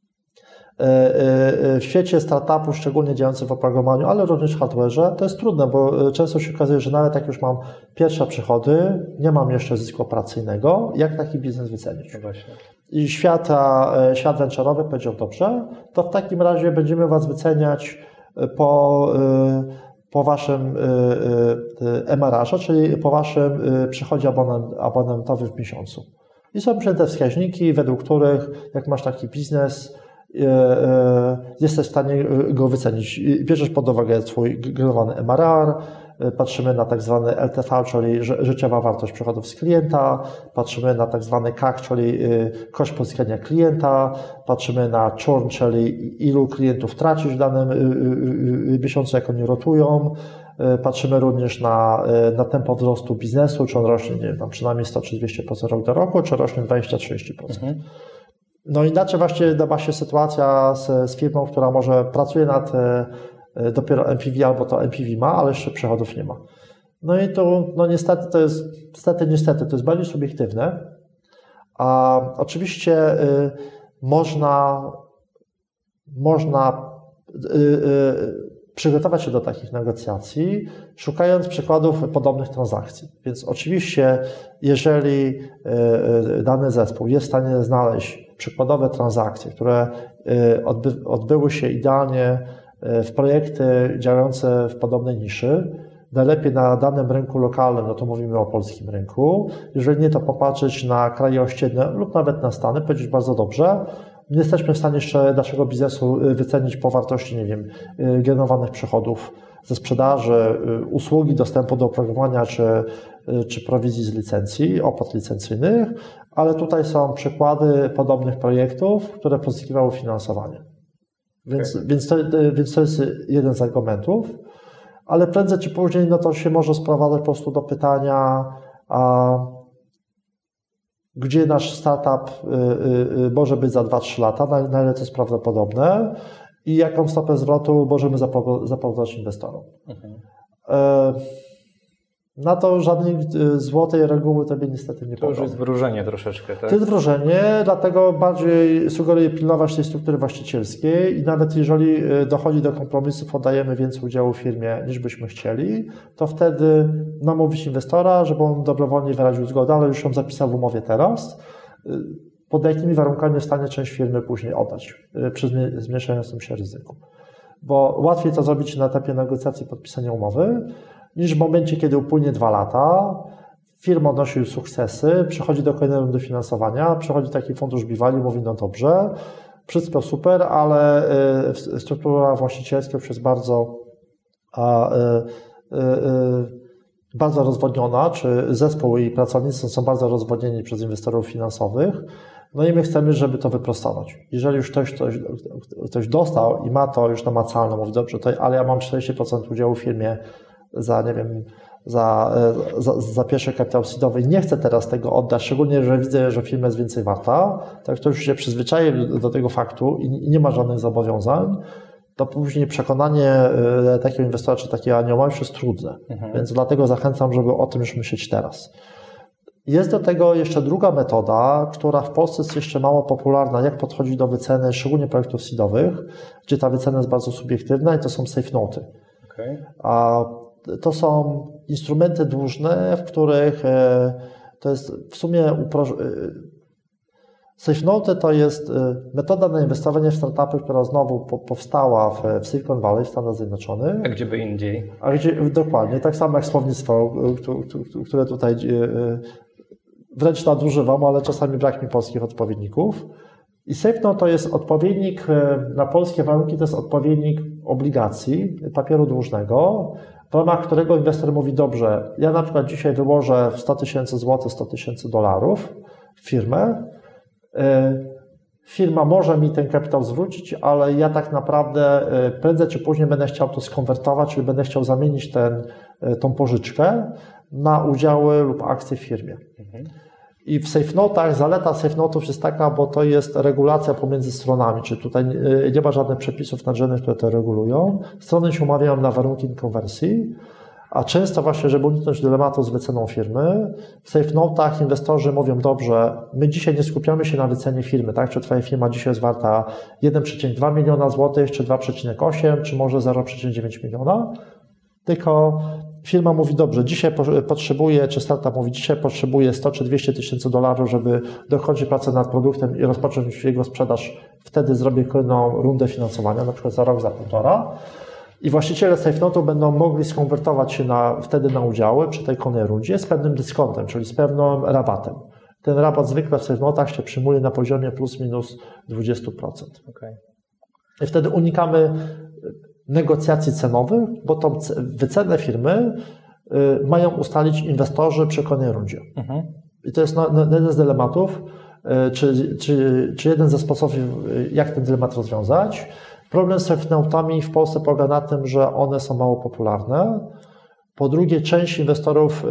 W świecie startupów, szczególnie działających w oprogramowaniu, ale również w hardware'ze, to jest trudne, bo często się okazuje, że nawet jak już mam pierwsze przychody, nie mam jeszcze zysku operacyjnego, jak taki biznes wycenić? No właśnie. I świat venture'owy powiedział, dobrze, to w takim razie będziemy Was wyceniać po Waszym MRR-ze, czyli po Waszym przychodzie abonamentowym w miesiącu. I są przyjęte wskaźniki, według których jak masz taki biznes, jesteś w stanie go wycenić. Bierzesz pod uwagę swój generowany MRR, patrzymy na tak zwany LTV, czyli życiowa wartość przychodów z klienta, patrzymy na tak zwany CAC, czyli koszt pozyskania klienta, patrzymy na churn, czyli ilu klientów tracisz w danym miesiącu, jak oni rotują, patrzymy również na tempo wzrostu biznesu, czy on rośnie, nie wiem, tam przynajmniej 100-200% rok do roku, czy rośnie 20-30%. No inaczej właśnie da się sytuacja z firmą, która może pracuje nad dopiero MPV, albo to MPV ma, ale jeszcze przychodów nie ma. No i to no niestety to jest, niestety to jest bardziej subiektywne. A oczywiście można przygotować się do takich negocjacji, szukając przykładów podobnych transakcji. Więc oczywiście, jeżeli dany zespół jest w stanie znaleźć przykładowe transakcje, które odbyły się idealnie w projekty działające w podobnej niszy, najlepiej na danym rynku lokalnym, no to mówimy o polskim rynku. Jeżeli nie, to popatrzeć na kraje ościenne lub nawet na Stany, powiedzieć bardzo dobrze. Nie jesteśmy w stanie jeszcze naszego biznesu wycenić po wartości, nie wiem, generowanych przychodów ze sprzedaży, usługi, dostępu do oprogramowania czy prowizji z licencji, opłat licencyjnych, ale tutaj są przykłady podobnych projektów, które pozyskiwały finansowanie. Więc to jest jeden z argumentów, ale prędzej czy później no to się może sprowadzać po prostu do pytania, gdzie nasz startup może być za 2-3 lata, na ile to jest prawdopodobne i jaką stopę zwrotu możemy zaproponować inwestorom. Na to żadnej złotej reguły tobie niestety nie powiem. To już jest wróżenie troszeczkę, tak? To jest wróżenie, dlatego bardziej sugeruję pilnować tej struktury właścicielskiej i nawet jeżeli dochodzi do kompromisów, oddajemy więcej udziału w firmie niż byśmy chcieli, to wtedy namówić inwestora, żeby on dobrowolnie wyraził zgodę, ale już ją zapisał w umowie teraz, pod jakimi warunkami jest w stanie część firmy później oddać przy zmniejszającym się ryzyku. Bo łatwiej to zrobić na etapie negocjacji podpisania umowy, niż w momencie, kiedy upłynie 2 lata, firma odnosi sukcesy, przychodzi do kolejnej rundy finansowania, przychodzi taki fundusz Biwali, mówi no dobrze, wszystko super, ale struktura właścicielska już jest bardzo rozwodniona, czy zespół i pracownicy są bardzo rozwodnieni przez inwestorów finansowych No i my chcemy, żeby to wyprostować. Jeżeli już ktoś dostał i ma to już namacalne, mówi dobrze, ale ja mam 40% udziału w firmie za, nie wiem, za pierwszy kapitał seedowy i nie chcę teraz tego oddać, szczególnie, że widzę, że firma jest więcej warta, tak to już się przyzwyczaił do tego faktu i nie ma żadnych zobowiązań, to później przekonanie takiego inwestora czy takiego anioła już jest trudne. Więc dlatego zachęcam, żeby o tym już myśleć teraz. Jest do tego jeszcze druga metoda, która w Polsce jest jeszcze mało popularna, jak podchodzić do wyceny, szczególnie projektów seedowych, gdzie ta wycena jest bardzo subiektywna i to są safe noty. Okay. A to są instrumenty dłużne, w których to jest w sumie safe note to jest metoda na inwestowanie w startupy, która znowu powstała w Silicon Valley, w Stanach Zjednoczonych. A gdzie by indziej? Dokładnie, tak samo jak słownictwo, które tutaj wręcz nadużywam, ale czasami brak mi polskich odpowiedników. I safe note to jest odpowiednik na polskie warunki, to jest odpowiednik obligacji, papieru dłużnego, w ramach którego inwestor mówi, dobrze, ja na przykład dzisiaj wyłożę 100 tysięcy złotych, 100 tysięcy dolarów w firmę, firma może mi ten kapitał zwrócić, ale ja tak naprawdę prędzej czy później będę chciał to skonwertować, czyli będę chciał zamienić tą pożyczkę na udziały lub akcje w firmie. I w safe notach, zaleta safe notów jest taka, bo to jest regulacja pomiędzy stronami, czyli tutaj nie ma żadnych przepisów nadrzędnych, które to regulują. Strony się umawiają na warunki konwersji, a często właśnie, żeby uniknąć dylematu z wyceną firmy, w safe notach inwestorzy mówią, dobrze, my dzisiaj nie skupiamy się na wycenie firmy, tak? Czy twoja firma dzisiaj jest warta 1,2 miliona złotych, czy 2,8, czy może 0,9 miliona, tylko firma mówi, dobrze, dzisiaj potrzebuje, czy startup mówi, dzisiaj potrzebuje 100 czy 200 tysięcy dolarów, żeby dokończyć pracę nad produktem i rozpocząć jego sprzedaż. Wtedy zrobię kolejną rundę finansowania, na przykład za rok, za półtora. I właściciele safe note'u będą mogli skonwertować się wtedy na udziały przy tej kolejnej rundzie z pewnym dyskontem, czyli z pewnym rabatem. Ten rabat zwykle w safe note'ach się przyjmuje na poziomie plus minus 20%. Okay. I wtedy unikamy negocjacji cenowych, bo tą wycenę firmy mają ustalić inwestorzy przy kolejnej rundzie. I to jest jeden z dylematów, czy jeden ze sposobów, jak ten dylemat rozwiązać. Problem z safe note'ami w Polsce polega na tym, że one są mało popularne. Po drugie, część inwestorów,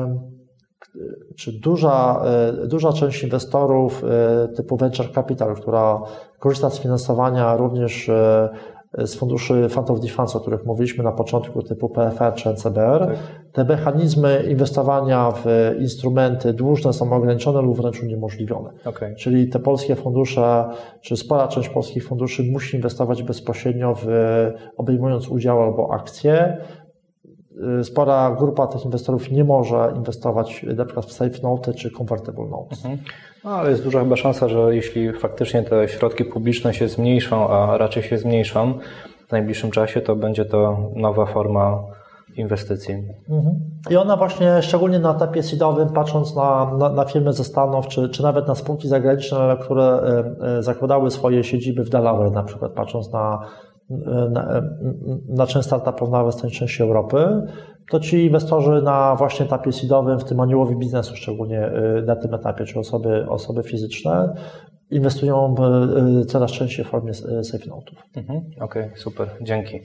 czy duża część inwestorów typu venture capital, która korzysta z finansowania również z funduszy Fund of Defense, o których mówiliśmy na początku, typu PFR czy NCBR, tak. Te mechanizmy inwestowania w instrumenty dłużne są ograniczone lub wręcz uniemożliwione. Okay. Czyli te polskie fundusze, czy spora część polskich funduszy musi inwestować bezpośrednio obejmując udział albo akcje. Spora grupa tych inwestorów nie może inwestować na przykład w safe note czy convertible notes. No, ale jest duża chyba szansa, że jeśli faktycznie te środki publiczne się zmniejszą, a raczej się zmniejszą w najbliższym czasie, to będzie to nowa forma inwestycji. I ona właśnie, szczególnie na etapie seedowym, patrząc na firmy ze Stanów, czy nawet na spółki zagraniczne, które zakładały swoje siedziby w Delaware, na przykład patrząc na część startupów nawet z tej części Europy, to ci inwestorzy na właśnie etapie seedowym, w tym aniołowi biznesu, szczególnie na tym etapie, czy osoby fizyczne, inwestują coraz częściej w formie safe note'ów. Okej, super, dzięki.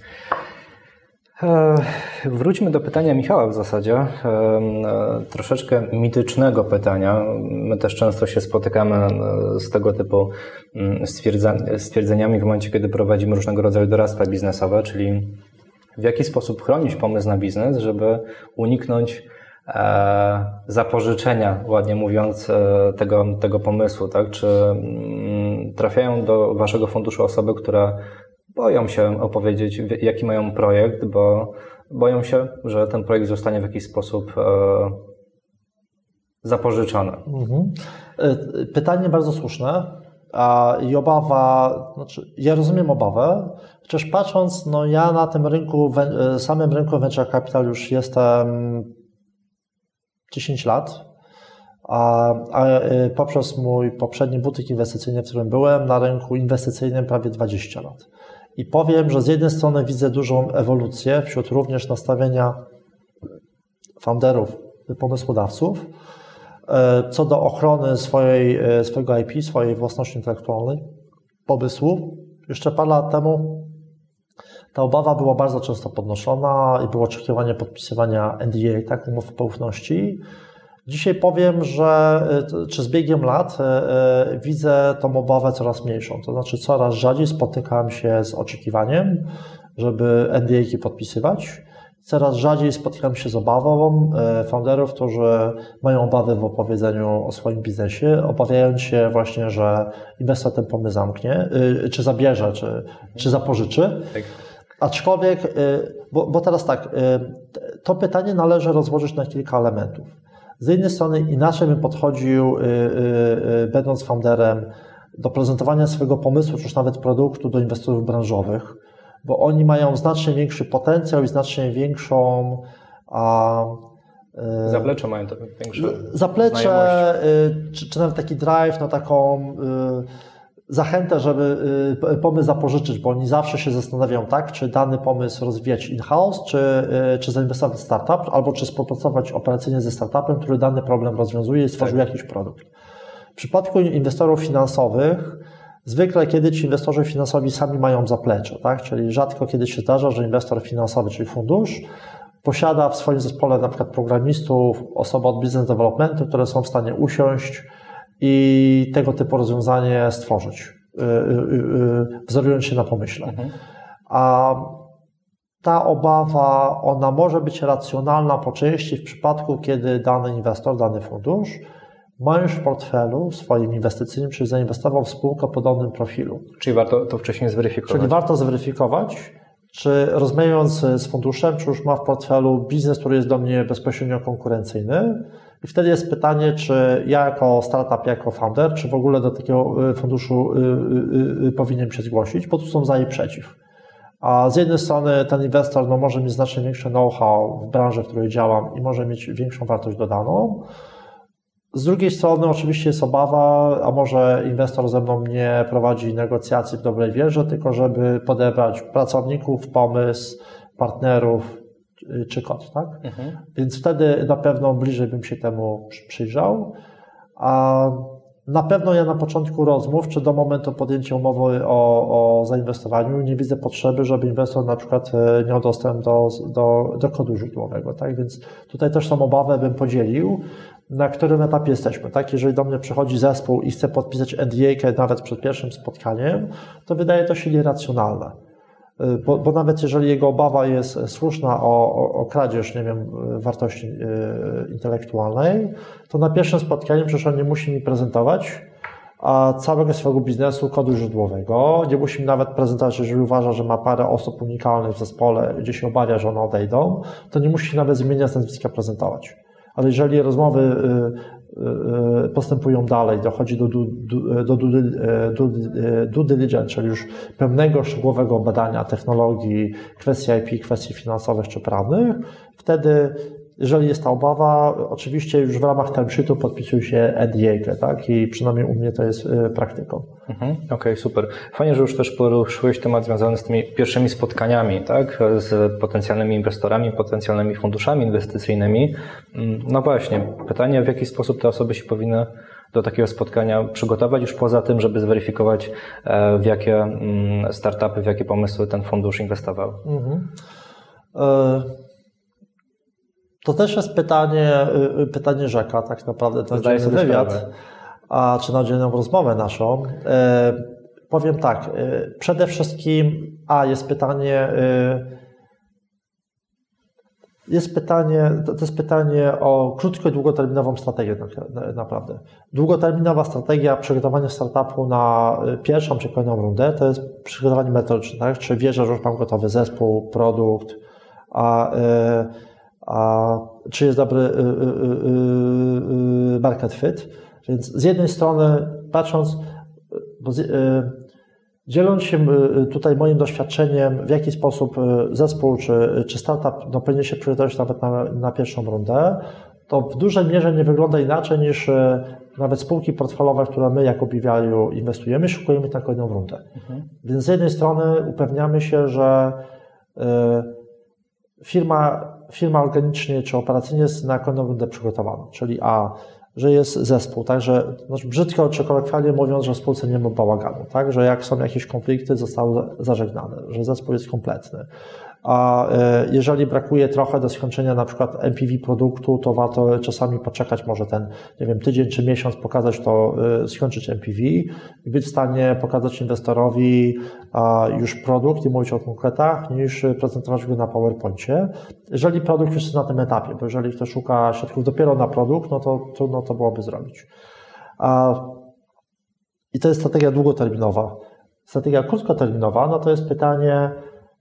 Wróćmy do pytania Michała w zasadzie, troszeczkę mitycznego pytania. My też często się spotykamy z tego typu stwierdzeniami w momencie, kiedy prowadzimy różnego rodzaju doradztwa biznesowe, czyli w jaki sposób chronić pomysł na biznes, żeby uniknąć zapożyczenia, ładnie mówiąc, tego pomysłu, tak? Czy trafiają do waszego funduszu osoby, które boją się opowiedzieć, jaki mają projekt, bo boją się, że ten projekt zostanie w jakiś sposób zapożyczony. Pytanie bardzo słuszne i obawa, znaczy ja rozumiem obawę, chociaż patrząc, no ja na tym rynku, samym rynku venture capital już jestem 10 lat, a poprzez mój poprzedni butyk inwestycyjny, w którym byłem, na rynku inwestycyjnym prawie 20 lat. I powiem, że z jednej strony widzę dużą ewolucję wśród również nastawienia founderów, pomysłodawców. co do ochrony swojego IP, swojej własności intelektualnej, pomysłu. Jeszcze parę lat temu ta obawa była bardzo często podnoszona i było oczekiwanie podpisywania NDA, tak, umów poufności. Dzisiaj powiem, że z biegiem lat widzę tą obawę coraz mniejszą. To znaczy coraz rzadziej spotykam się z oczekiwaniem, żeby NDA-ki podpisywać. Coraz rzadziej spotykam się z obawą founderów, którzy mają obawy w opowiedzeniu o swoim biznesie, obawiając się właśnie, że inwestor ten pomysł zamknie, czy zabierze, czy zapożyczy. Tak. Aczkolwiek, bo teraz tak, to pytanie należy rozłożyć na kilka elementów. Z jednej strony inaczej bym podchodził, będąc founderem, do prezentowania swojego pomysłu, czy już nawet produktu do inwestorów branżowych, bo oni mają znacznie większy potencjał i znacznie większą... Zaplecze mają to większe zaplecze, czy nawet taki drive na taką zachętę, żeby pomysł zapożyczyć, bo oni zawsze się zastanawiają, tak, czy dany pomysł rozwijać in-house, czy zainwestować w startup, albo czy współpracować operacyjnie ze startupem, który dany problem rozwiązuje i stworzył jakiś produkt. W przypadku inwestorów finansowych zwykle kiedy ci inwestorzy finansowi sami mają zaplecze, tak? Czyli rzadko kiedy się zdarza, że inwestor finansowy, czyli fundusz, posiada w swoim zespole na przykład programistów, osoby od business developmentu, które są w stanie usiąść i tego typu rozwiązanie stworzyć, wzorując się na pomyśle. A ta obawa, ona może być racjonalna po części w przypadku, kiedy dany inwestor, dany fundusz ma już w portfelu swoim inwestycyjnym, czyli zainwestował w spółkę o podobnym profilu. Czyli warto to wcześniej zweryfikować. Czyli warto zweryfikować, czy rozmawiając z funduszem, czy już ma w portfelu biznes, który jest do mnie bezpośrednio konkurencyjny. I wtedy jest pytanie, czy ja jako startup, jako founder, czy w ogóle do takiego funduszu powinienem się zgłosić, bo tu są za i przeciw. A z jednej strony ten inwestor może mieć znacznie większe know-how w branży, w której działam i może mieć większą wartość dodaną. Z drugiej strony oczywiście jest obawa, a może inwestor ze mną nie prowadzi negocjacji w dobrej wierze, tylko żeby podebrać pracowników, pomysł, partnerów czy kod, tak? Więc wtedy na pewno bliżej bym się temu przyjrzał. A na pewno ja na początku rozmów, czy do momentu podjęcia umowy o zainwestowaniu nie widzę potrzeby, żeby inwestor na przykład miał dostęp do kodu źródłowego, tak? Więc tutaj też tą obawę bym podzielił, na którym etapie jesteśmy, tak? Jeżeli do mnie przychodzi zespół i chce podpisać NDA nawet przed pierwszym spotkaniem, to wydaje to się nieracjonalne. Bo nawet jeżeli jego obawa jest słuszna o kradzież, nie wiem, wartości intelektualnej, to na pierwszym spotkaniu przecież on nie musi mi prezentować całego swojego biznesu, kodu źródłowego. Nie musi mi nawet prezentować, jeżeli uważa, że ma parę osób unikalnych w zespole, gdzie się obawia, że one odejdą, to nie musi nawet z imienia, z nazwiska prezentować. Ale jeżeli rozmowy postępują dalej, dochodzi do due diligence, czyli już pełnego, szczegółowego badania technologii, kwestii IP, kwestii finansowych czy prawnych, wtedy, jeżeli jest ta obawa, oczywiście już w ramach term sheetu podpisuje się NDA, tak? I przynajmniej u mnie to jest praktyką. Okej, super. Fajnie, że już też poruszyłeś temat związany z tymi pierwszymi spotkaniami, tak? Z potencjalnymi inwestorami, potencjalnymi funduszami inwestycyjnymi. No właśnie, pytanie, w jaki sposób te osoby się powinny do takiego spotkania przygotować, już poza tym, żeby zweryfikować, w jakie startupy, w jakie pomysły ten fundusz inwestował. To też jest pytanie rzeka, tak naprawdę, to jest wywiad, czy na oddzielną rozmowę naszą. Powiem tak, przede wszystkim jest pytanie, to jest pytanie o krótko i długoterminową strategię naprawdę. Długoterminowa strategia przygotowania startupu na pierwszą czy kolejną rundę to jest przygotowanie metodyczne, tak? Czy wierzę, że już mam gotowy zespół, produkt, czy jest dobry market fit. Więc z jednej strony patrząc, dzieląc się tutaj moim doświadczeniem, w jaki sposób zespół czy startup powinien się przygotować nawet na pierwszą rundę, to w dużej mierze nie wygląda inaczej niż nawet spółki portfelowe, w które my jako BValue inwestujemy, szykujemy na kolejną rundę. Więc z jednej strony upewniamy się, że firma organicznie czy operacyjnie jest na kolejną rundę przygotowana, czyli że jest zespół, tak, że znaczy brzydko czy kolokwialnie mówiąc, że w spółce nie ma bałaganu, tak, że jak są jakieś konflikty, zostały zażegnane, że zespół jest kompletny. A jeżeli brakuje trochę do skończenia na przykład MPV produktu, to warto czasami poczekać może ten, nie wiem, tydzień czy miesiąc, pokazać to, skończyć MPV i być w stanie pokazać inwestorowi już produkt i mówić o konkretach, niż prezentować go na PowerPoincie. Jeżeli produkt już jest na tym etapie, bo jeżeli ktoś szuka środków dopiero na produkt, no to trudno to byłoby zrobić. I to jest strategia długoterminowa. Strategia krótkoterminowa, no to jest pytanie,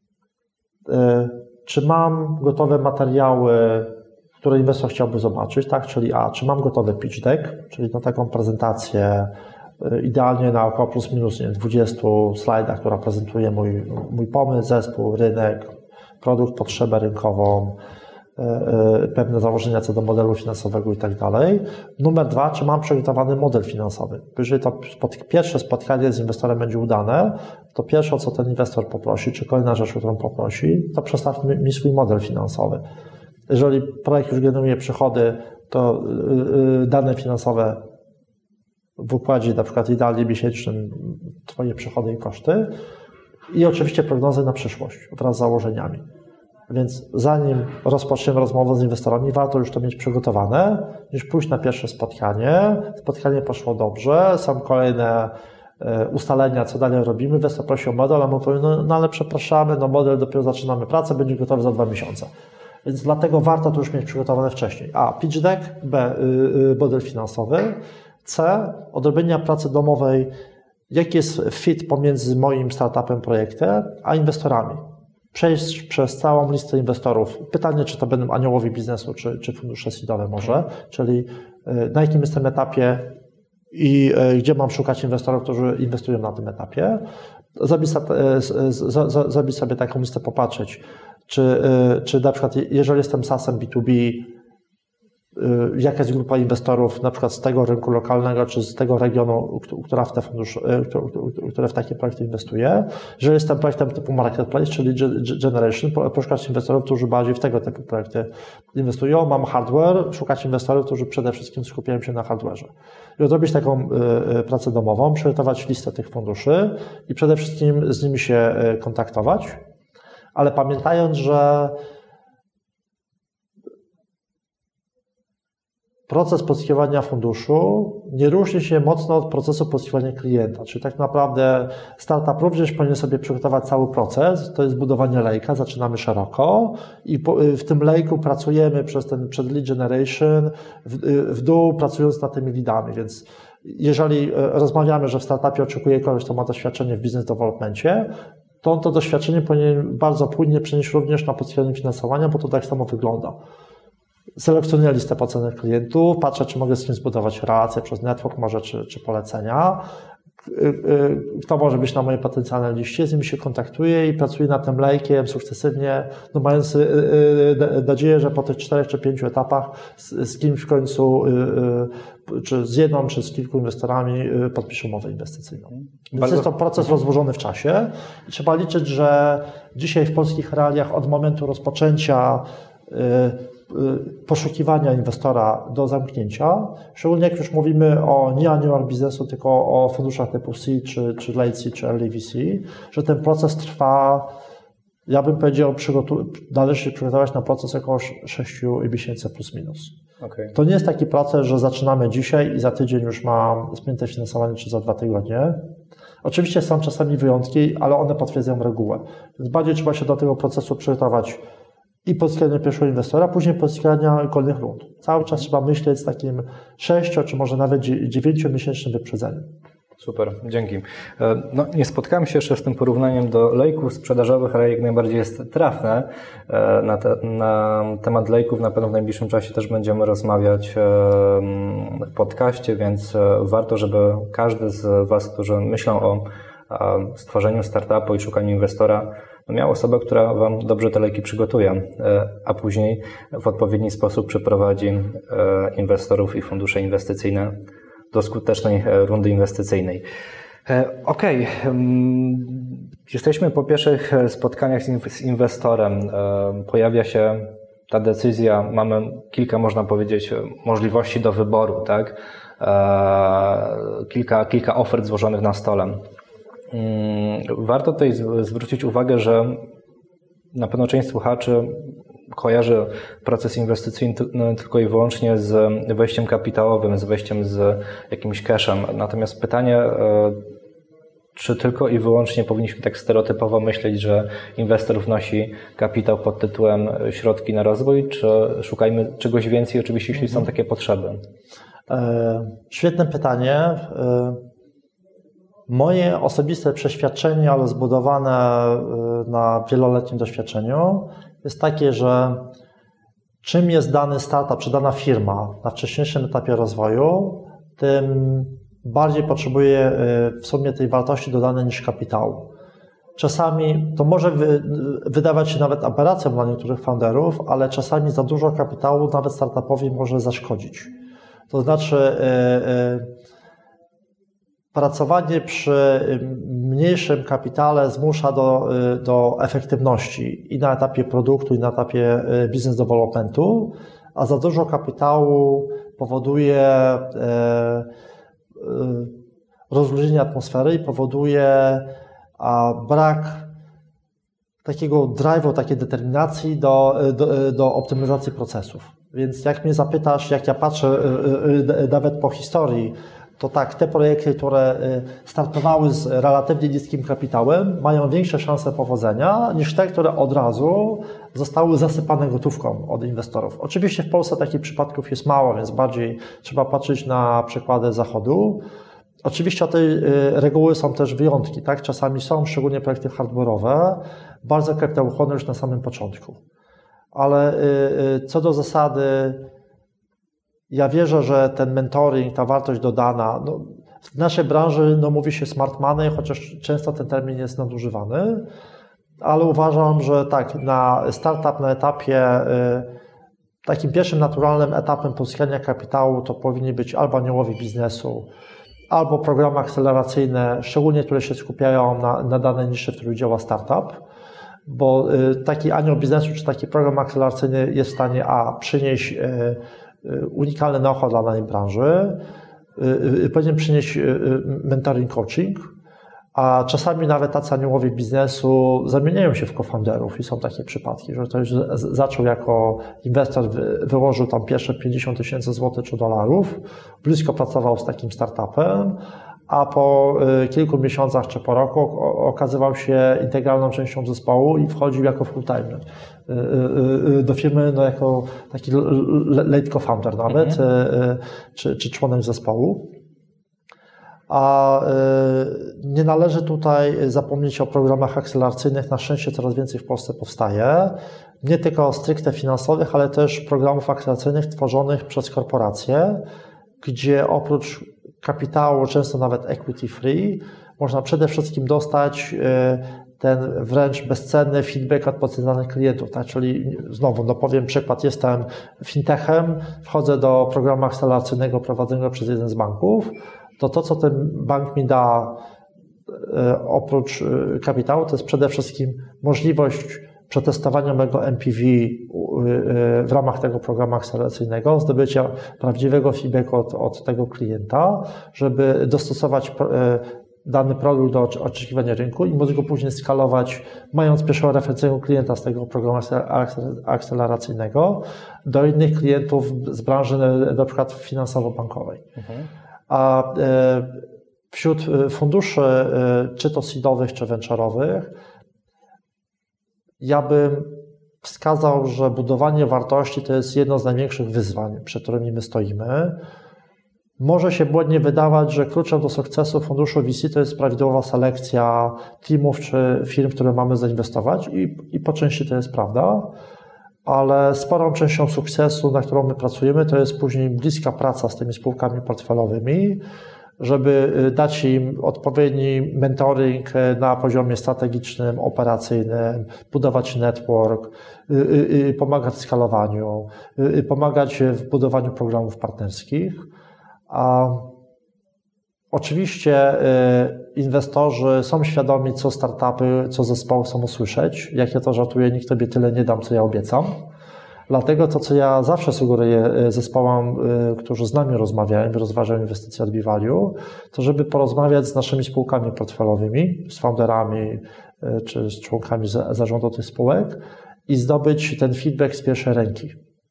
czy mam gotowe materiały, które inwestor chciałby zobaczyć, tak? Czyli czy mam gotowy pitch deck, czyli taką prezentację idealnie na około plus minus 20 slajdach, która prezentuje mój pomysł, zespół, rynek, produkt, potrzebę rynkową, pewne założenia co do modelu finansowego i tak dalej. Numer 2, czy mam przygotowany model finansowy. Jeżeli to pierwsze spotkanie z inwestorem będzie udane, to pierwsze, o co ten inwestor poprosi, czy kolejna rzecz, którą poprosi, to przedstaw mi swój model finansowy. Jeżeli projekt już generuje przychody, to dane finansowe w układzie na przykład idealnie miesięcznym Twoje przychody i koszty i oczywiście prognozy na przyszłość wraz z założeniami. Więc zanim rozpoczniemy rozmowę z inwestorami, warto już to mieć przygotowane, niż pójść na pierwsze spotkanie. Spotkanie poszło dobrze, są kolejne ustalenia, co dalej robimy. Inwestor prosi o model, a my powiemy, no ale przepraszamy, model dopiero zaczynamy pracę, będzie gotowy za 2 miesiące. Więc dlatego warto to już mieć przygotowane wcześniej. Pitch deck, B, model finansowy, C, odrobienia pracy domowej, jaki jest fit pomiędzy moim startupem, projektem, a inwestorami. Przejść przez całą listę inwestorów. Pytanie, czy to będą aniołowie biznesu, czy fundusze seedowe może, czyli na jakim jestem etapie i gdzie mam szukać inwestorów, którzy inwestują na tym etapie. Zrobić sobie taką listę, popatrzeć, czy na przykład jeżeli jestem SaaS-em B2B, jaka jest grupa inwestorów na przykład z tego rynku lokalnego, czy z tego regionu, które w takie projekty inwestuje. Jeżeli jestem projektem typu Marketplace, czyli Generation, poszukać inwestorów, którzy bardziej w tego typu projekty inwestują. Mam hardware, szukać inwestorów, którzy przede wszystkim skupiają się na hardware'ze. I odrobić taką pracę domową, przygotować listę tych funduszy i przede wszystkim z nimi się kontaktować, ale pamiętając, że proces pozyskiwania funduszu nie różni się mocno od procesu pozyskiwania klienta. Czyli tak naprawdę startup również powinien sobie przygotować cały proces. To jest budowanie lejka, zaczynamy szeroko i w tym lejku pracujemy przed lead generation w dół, pracując nad tymi leadami. Więc jeżeli rozmawiamy, że w startupie oczekuje kogoś, kto ma doświadczenie w business developmencie, to on to doświadczenie powinien bardzo płynnie przenieść również na pozyskiwanie finansowania, bo to tak samo wygląda. Selekcjonuję listę potencjalnych klientów, patrzę, czy mogę z kim zbudować relacje przez network może, czy polecenia. Kto może być na mojej potencjalnej liście, z nimi się kontaktuję i pracuję nad tym lejkiem sukcesywnie, mając nadzieję, że po tych 4 czy 5 etapach z kimś w końcu, czy z jedną, czy z kilku inwestorami podpiszę umowę inwestycyjną. Więc jest to proces rozłożony w czasie i trzeba liczyć, że dzisiaj w polskich realiach od momentu rozpoczęcia poszukiwania inwestora do zamknięcia, szczególnie jak już mówimy o nie aniołach biznesu, tylko o funduszach typu C, czy late C, czy early VC, że ten proces trwa, ja bym powiedział, należy się przygotować na proces około 6 miesięcy plus minus. Okay. To nie jest taki proces, że zaczynamy dzisiaj i za tydzień już mam spięte finansowanie, czy za 2 tygodnie. Oczywiście są czasami wyjątki, ale one potwierdzają regułę. Więc bardziej trzeba się do tego procesu przygotować i pozyskania pierwszego inwestora, później pozyskania kolejnych rund. Cały czas trzeba myśleć z takim 6 czy może nawet 9-miesięcznym wyprzedzeniem. Super, dzięki. Nie spotkałem się jeszcze z tym porównaniem do lejków sprzedażowych, ale jak najbardziej jest trafne. Na temat lejków na pewno w najbliższym czasie też będziemy rozmawiać w podcaście, więc warto, żeby każdy z Was, którzy myślą o stworzeniu startupu i szukaniu inwestora, miał osobę, która Wam dobrze te lejki przygotuje, a później w odpowiedni sposób przeprowadzi inwestorów i fundusze inwestycyjne do skutecznej rundy inwestycyjnej. Okej. Jesteśmy po pierwszych spotkaniach z inwestorem. Pojawia się ta decyzja, mamy kilka, można powiedzieć, możliwości do wyboru, tak? Kilka ofert złożonych na stole. Warto tutaj zwrócić uwagę, że na pewno część słuchaczy kojarzy proces inwestycyjny tylko i wyłącznie z wejściem kapitałowym, z wejściem z jakimś cashem. Natomiast pytanie, czy tylko i wyłącznie powinniśmy tak stereotypowo myśleć, że inwestor wnosi kapitał pod tytułem środki na rozwój, czy szukajmy czegoś więcej, oczywiście jeśli są takie potrzeby? Świetne pytanie. Moje osobiste przeświadczenie, ale zbudowane na wieloletnim doświadczeniu, jest takie, że czym jest dany startup czy dana firma na wcześniejszym etapie rozwoju, tym bardziej potrzebuje w sumie tej wartości dodanej niż kapitału. Czasami to może wydawać się nawet aberracją dla niektórych founderów, ale czasami za dużo kapitału nawet startupowi może zaszkodzić. To znaczy pracowanie przy mniejszym kapitale zmusza do efektywności i na etapie produktu, i na etapie business developmentu, a za dużo kapitału powoduje rozluźnienie atmosfery i powoduje brak takiego drive'u, takiej determinacji do optymalizacji procesów. Więc jak mnie zapytasz, jak ja patrzę nawet po historii, to tak, te projekty, które startowały z relatywnie niskim kapitałem, mają większe szanse powodzenia niż te, które od razu zostały zasypane gotówką od inwestorów. Oczywiście w Polsce takich przypadków jest mało, więc bardziej trzeba patrzeć na przykłady Zachodu. Oczywiście od tej reguły są też wyjątki, tak? Czasami są, szczególnie projekty hardware'owe, bardzo kapitałochłonne już na samym początku. Ale co do zasady, ja wierzę, że ten mentoring, ta wartość dodana, w naszej branży mówi się smart money, chociaż często ten termin jest nadużywany, ale uważam, że tak, na startup na etapie, takim pierwszym naturalnym etapem pozyskania kapitału to powinni być albo aniołowie biznesu, albo programy akceleracyjne, szczególnie które się skupiają na danej niszy, w której działa startup, bo taki anioł biznesu czy taki program akceleracyjny jest w stanie przynieść unikalny know-how dla danej branży, powinien przynieść mentoring, coaching, a czasami nawet tacy aniołowie biznesu zamieniają się w co-founderów i są takie przypadki, że ktoś zaczął jako inwestor, wyłożył tam pierwsze 50 000 złotych czy dolarów, blisko pracował z takim startupem, a po kilku miesiącach czy po roku okazywał się integralną częścią zespołu i wchodził jako full-time do firmy, jako taki late co-founder nawet, czy członek zespołu. A nie należy tutaj zapomnieć o programach akceleracyjnych. Na szczęście coraz więcej w Polsce powstaje. Nie tylko stricte finansowych, ale też programów akceleracyjnych tworzonych przez korporacje, gdzie oprócz kapitału, często nawet equity free, można przede wszystkim dostać ten wręcz bezcenny feedback od potencjalnych klientów. Tak? Czyli znowu, powiem przykład, jestem fintechem, wchodzę do programu akceleracyjnego prowadzonego przez jeden z banków, to co ten bank mi da oprócz kapitału, to jest przede wszystkim możliwość przetestowania mojego MPV w ramach tego programu akceleracyjnego, zdobycia prawdziwego feedbacku od tego klienta, żeby dostosować dany produkt do oczekiwania rynku i móc go później skalować, mając pierwszego referencyjnego klienta z tego programu akceleracyjnego do innych klientów z branży na przykład finansowo-bankowej. A wśród funduszy, czy to seedowych, czy venture'owych, ja bym wskazał, że budowanie wartości to jest jedno z największych wyzwań, przed którymi my stoimy. Może się błędnie wydawać, że kluczem do sukcesu funduszu VC to jest prawidłowa selekcja teamów czy firm, w które mamy zainwestować i po części to jest prawda, ale sporą częścią sukcesu, na którą my pracujemy, to jest później bliska praca z tymi spółkami portfelowymi, żeby dać im odpowiedni mentoring na poziomie strategicznym, operacyjnym, budować network, pomagać w skalowaniu, pomagać w budowaniu programów partnerskich. A oczywiście inwestorzy są świadomi, co startupy, co zespoły chcą usłyszeć. Jak ja to żartuję, nikt tobie tyle nie dam, co ja obiecam. Dlatego to, co ja zawsze sugeruję zespołom, którzy z nami rozmawiają, rozważają inwestycje od B-Value, to żeby porozmawiać z naszymi spółkami portfelowymi, z founderami czy z członkami zarządu tych spółek i zdobyć ten feedback z pierwszej ręki.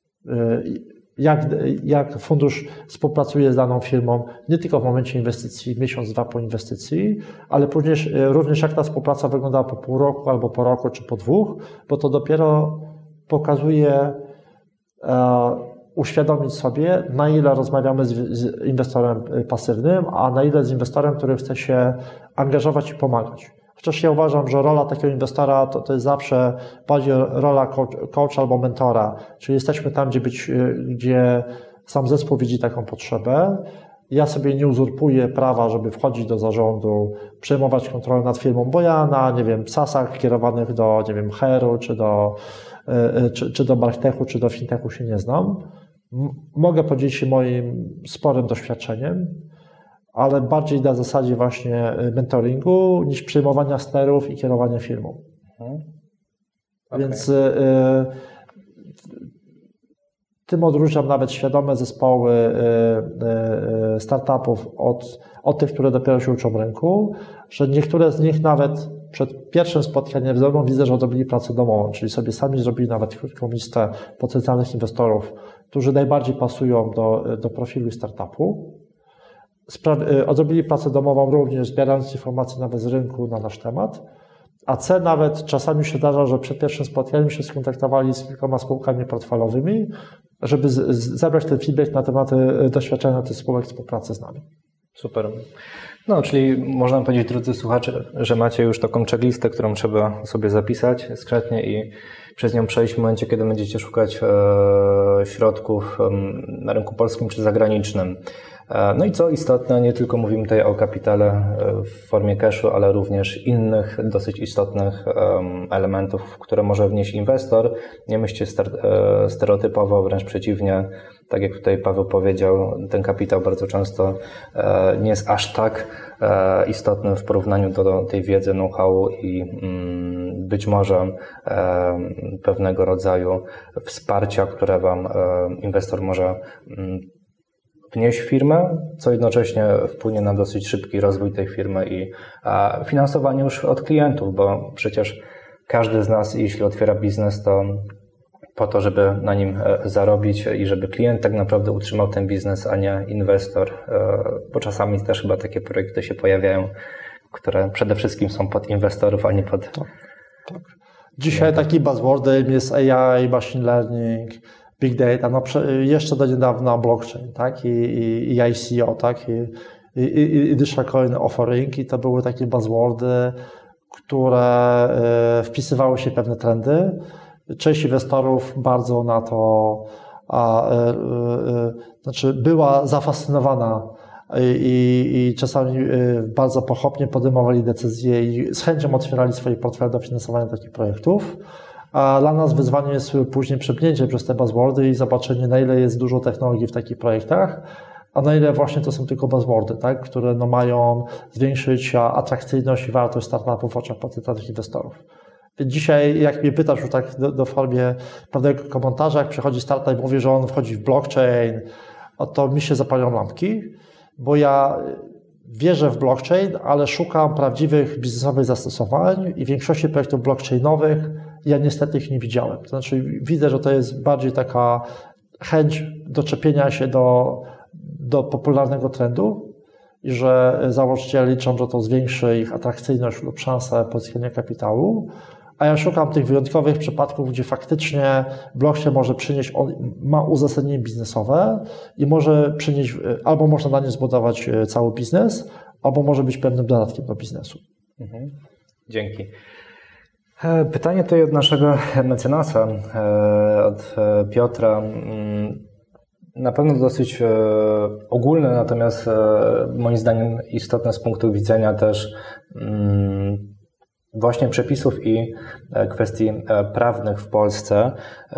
Jak fundusz współpracuje z daną firmą, nie tylko w momencie inwestycji, miesiąc, dwa po inwestycji, ale również jak ta współpraca wygląda po pół roku, albo po roku, czy po dwóch, bo to dopiero pokazuje, uświadomić sobie, na ile rozmawiamy z inwestorem pasywnym, a na ile z inwestorem, który chce się angażować i pomagać. Chociaż ja uważam, że rola takiego inwestora to jest zawsze bardziej rola coacha albo mentora, czyli jesteśmy tam, gdzie sam zespół widzi taką potrzebę. Ja sobie nie uzurpuję prawa, żeby wchodzić do zarządu, przejmować kontrolę nad firmą, bo ja na, SaaS-ach kierowanych do, HR-u, czy do Marketechu, czy do Fintechu się nie znam. Mogę podzielić się moim sporym doświadczeniem, ale bardziej na zasadzie właśnie mentoringu niż przejmowania sterów i kierowania firmą. Okay. Więc tym odróżniam nawet świadome zespoły startupów od tych, które dopiero się uczą rynku, że niektóre z nich nawet przed pierwszym spotkaniem ze mną widzę, że odrobili pracę domową, czyli sobie sami zrobili nawet krótką listę potencjalnych inwestorów, którzy najbardziej pasują do profilu startupu. Odrobili pracę domową również, zbierając informacje nawet z rynku na nasz temat, a C nawet czasami się zdarza, że przed pierwszym spotkaniem się skontaktowali z kilkoma spółkami portfelowymi, żeby zebrać ten feedback na tematy doświadczenia tych spółek współpracy z nami. Super. No, czyli można powiedzieć, drodzy słuchacze, że macie już taką checklistę, którą trzeba sobie zapisać skrzętnie i przez nią przejść w momencie, kiedy będziecie szukać środków na rynku polskim czy zagranicznym. No i co istotne, nie tylko mówimy tutaj o kapitale w formie cashu, ale również innych dosyć istotnych elementów, które może wnieść inwestor. Nie myślcie stereotypowo, wręcz przeciwnie. Tak jak tutaj Paweł powiedział, ten kapitał bardzo często nie jest aż tak istotny w porównaniu do tej wiedzy, know-how i być może pewnego rodzaju wsparcia, które Wam inwestor może wnieść w firmę, co jednocześnie wpłynie na dosyć szybki rozwój tej firmy i finansowanie już od klientów, bo przecież każdy z nas, jeśli otwiera biznes, to po to, żeby na nim zarobić i żeby klient tak naprawdę utrzymał ten biznes, a nie inwestor, bo czasami też chyba takie projekty się pojawiają, które przede wszystkim są pod inwestorów, a nie pod... Tak. Dzisiaj taki buzzwordem jest AI, machine learning, big data, no jeszcze do niedawna blockchain, tak, i ICO, tak, i digital coin offering, i to były takie buzzwordy, które wpisywały się w pewne trendy. Część inwestorów bardzo na to, była zafascynowana i czasami bardzo pochopnie podejmowali decyzje i z chęcią otwierali swoje portfele do finansowania takich projektów. A dla nas wyzwaniem jest później przepchnięcie przez te buzzwordy i zobaczenie, na ile jest dużo technologii w takich projektach, a na ile właśnie to są tylko buzzwordy, tak, które mają zwiększyć atrakcyjność i wartość startupów w oczach potencjalnych inwestorów. Dzisiaj, jak mnie pytasz już tak do formie pewnego komentarza, jak przychodzi startup i mówi, że on wchodzi w blockchain, to mi się zapalają lampki, bo ja wierzę w blockchain, ale szukam prawdziwych biznesowych zastosowań i w większości projektów blockchainowych ja niestety ich nie widziałem. To znaczy widzę, że to jest bardziej taka chęć doczepienia się do popularnego trendu i że założyciele liczą, że to zwiększy ich atrakcyjność lub szansę pozyskania kapitału, a ja szukam tych wyjątkowych przypadków, gdzie faktycznie blockchain może przynieść, on ma uzasadnienie biznesowe i może przynieść, albo można na nim zbudować cały biznes, albo może być pewnym dodatkiem do biznesu. Dzięki. Pytanie tutaj od naszego mecenasa, od Piotra. Na pewno dosyć ogólne, natomiast moim zdaniem istotne z punktu widzenia też właśnie przepisów i kwestii prawnych w Polsce.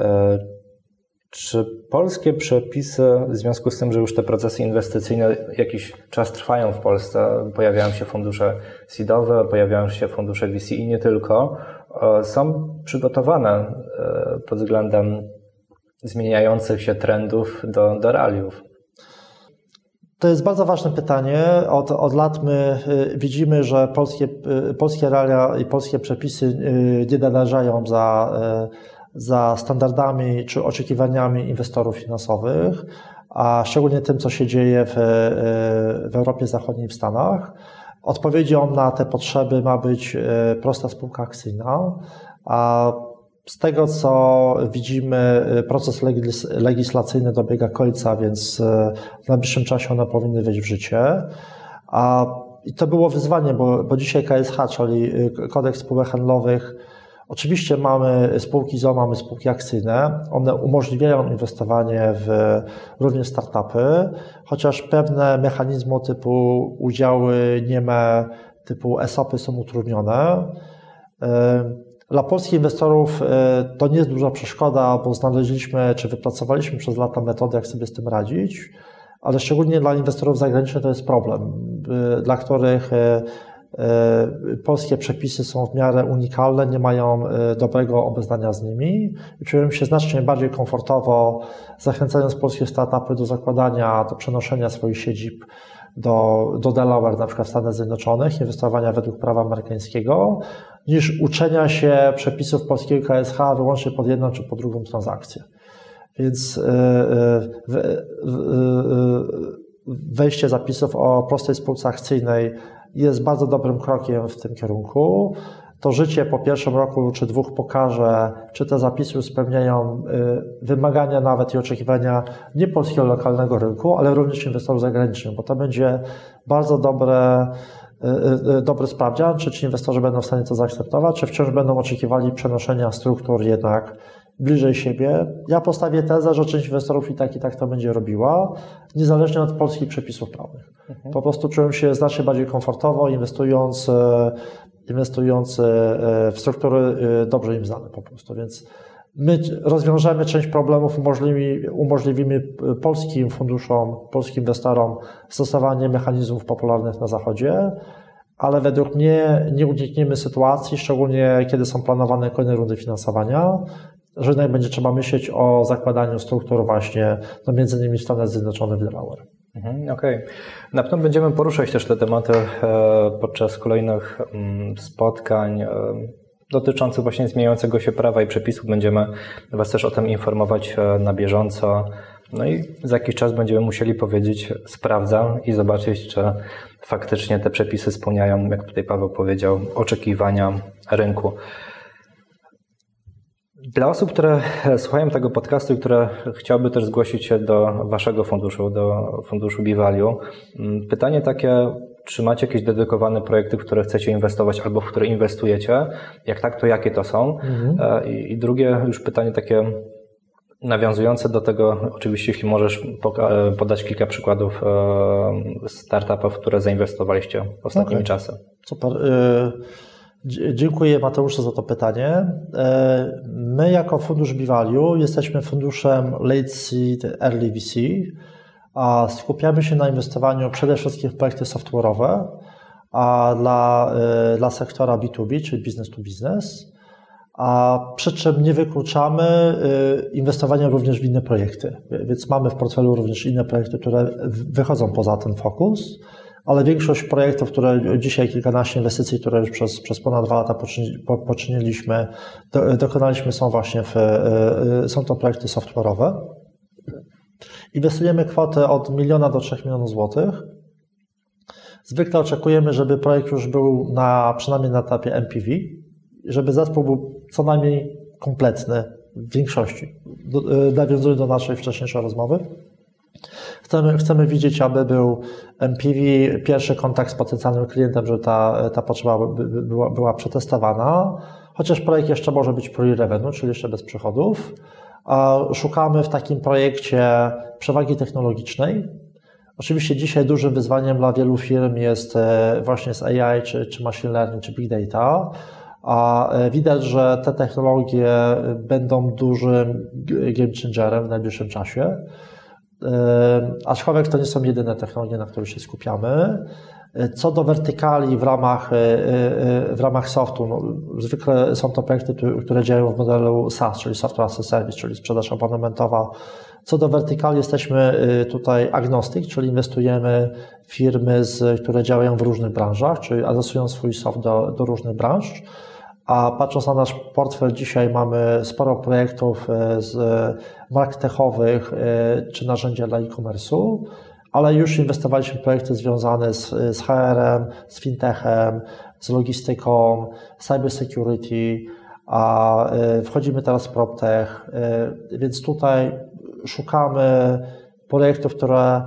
Czy polskie przepisy, w związku z tym, że już te procesy inwestycyjne jakiś czas trwają w Polsce, pojawiają się fundusze seedowe, pojawiają się fundusze VC i nie tylko, są przygotowane pod względem zmieniających się trendów do realiów? To jest bardzo ważne pytanie. Od lat my widzimy, że polskie realia i polskie przepisy nie nadążają za standardami czy oczekiwaniami inwestorów finansowych, a szczególnie tym, co się dzieje w Europie Zachodniej, w Stanach. Odpowiedzią na te potrzeby ma być prosta spółka akcyjna, a z tego, co widzimy, proces legislacyjny dobiega końca, więc w najbliższym czasie one powinny wejść w życie. I to było wyzwanie, bo dzisiaj KSH, czyli Kodeks Spółek Handlowych, oczywiście mamy spółki ZOO, mamy spółki akcyjne. One umożliwiają inwestowanie w również startupy, chociaż pewne mechanizmy typu udziały nieme, typu ESOP-y są utrudnione. Dla polskich inwestorów to nie jest duża przeszkoda, bo znaleźliśmy czy wypracowaliśmy przez lata metody, jak sobie z tym radzić, ale szczególnie dla inwestorów zagranicznych to jest problem, dla których polskie przepisy są w miarę unikalne, nie mają dobrego obeznania z nimi i czują się znacznie bardziej komfortowo, zachęcając polskie startupy do zakładania, do przenoszenia swoich siedzib do Delaware, na przykład w Stanach Zjednoczonych, inwestowania według prawa amerykańskiego, niż uczenia się przepisów polskiego KSH wyłącznie pod jedną czy pod drugą transakcję. Więc wejście zapisów o prostej spółce akcyjnej jest bardzo dobrym krokiem w tym kierunku. To życie po pierwszym roku czy dwóch pokaże, czy te zapisy spełniają wymagania nawet i oczekiwania nie polskiego lokalnego rynku, ale również inwestorów zagranicznych, bo to będzie bardzo dobry sprawdzian, czy ci inwestorzy będą w stanie to zaakceptować, czy wciąż będą oczekiwali przenoszenia struktur jednak bliżej siebie. Ja postawię tezę, że część inwestorów i tak to będzie robiła, niezależnie od polskich przepisów prawnych. Po prostu czują się znacznie bardziej komfortowo, inwestując w struktury dobrze im znane po prostu. Więc my rozwiążemy część problemów, umożliwimy polskim funduszom, polskim inwestorom stosowanie mechanizmów popularnych na Zachodzie, ale według mnie nie unikniemy sytuacji, szczególnie kiedy są planowane kolejne rundy finansowania, że jednak będzie trzeba myśleć o zakładaniu struktur właśnie, no między innymi w Stanach Zjednoczonych w Delaware. Okej. Na pewno będziemy poruszać też te tematy podczas kolejnych spotkań dotyczących właśnie zmieniającego się prawa i przepisów. Będziemy Was też o tym informować na bieżąco. No i za jakiś czas będziemy musieli powiedzieć sprawdzam i zobaczyć, czy faktycznie te przepisy spełniają, jak tutaj Paweł powiedział, oczekiwania rynku. Dla osób, które słuchają tego podcastu i które chciałyby też zgłosić się do Waszego funduszu, do funduszu B-Value, pytanie takie, czy macie jakieś dedykowane projekty, w które chcecie inwestować albo w które inwestujecie? Jak tak, to jakie to są? I drugie już pytanie takie nawiązujące do tego, oczywiście jeśli możesz podać kilka przykładów startupów, w które zainwestowaliście ostatnimi czasy. Super. Dziękuję Mateuszu za to pytanie. My jako fundusz B-Value jesteśmy funduszem Late Seed Early VC, a skupiamy się na inwestowaniu przede wszystkim w projekty software'owe, a dla sektora B2B, czyli business to business, a przy czym nie wykluczamy inwestowania również w inne projekty. Więc mamy w portfelu również inne projekty, które wychodzą poza ten fokus, ale większość projektów, które dzisiaj kilkanaście inwestycji, które już przez ponad 2 lata poczyniliśmy, dokonaliśmy są to projekty software'owe. Inwestujemy kwotę od 1 miliona do 3 milionów złotych. Zwykle oczekujemy, żeby projekt już był przynajmniej na etapie MPV, żeby zespół był co najmniej kompletny w większości. Nawiązując do naszej wcześniejszej rozmowy. Chcemy widzieć, aby był MPV, pierwszy kontakt z potencjalnym klientem, żeby ta potrzeba była przetestowana, chociaż projekt jeszcze może być pre-revenue, czyli jeszcze bez przychodów. Szukamy w takim projekcie przewagi technologicznej. Oczywiście dzisiaj dużym wyzwaniem dla wielu firm jest właśnie z AI, czy machine learning, czy big data, a widać, że te technologie będą dużym game changerem w najbliższym czasie. aczkolwiek to nie są jedyne technologie, na których się skupiamy. Co do wertykali w ramach softu, zwykle są to projekty, które działają w modelu SaaS, czyli Software as a Service, czyli sprzedaż abonamentowa. Co do wertykali jesteśmy tutaj agnostyk, czyli inwestujemy w firmy, które działają w różnych branżach, czyli adresują swój soft do różnych branż. A patrząc na nasz portfel, dzisiaj mamy sporo projektów z marketechowych czy narzędzia dla e-commerce'u, ale już inwestowaliśmy w projekty związane z HR-em, z fintechem, z logistyką, cybersecurity, a wchodzimy teraz w PropTech, więc tutaj szukamy projektów, które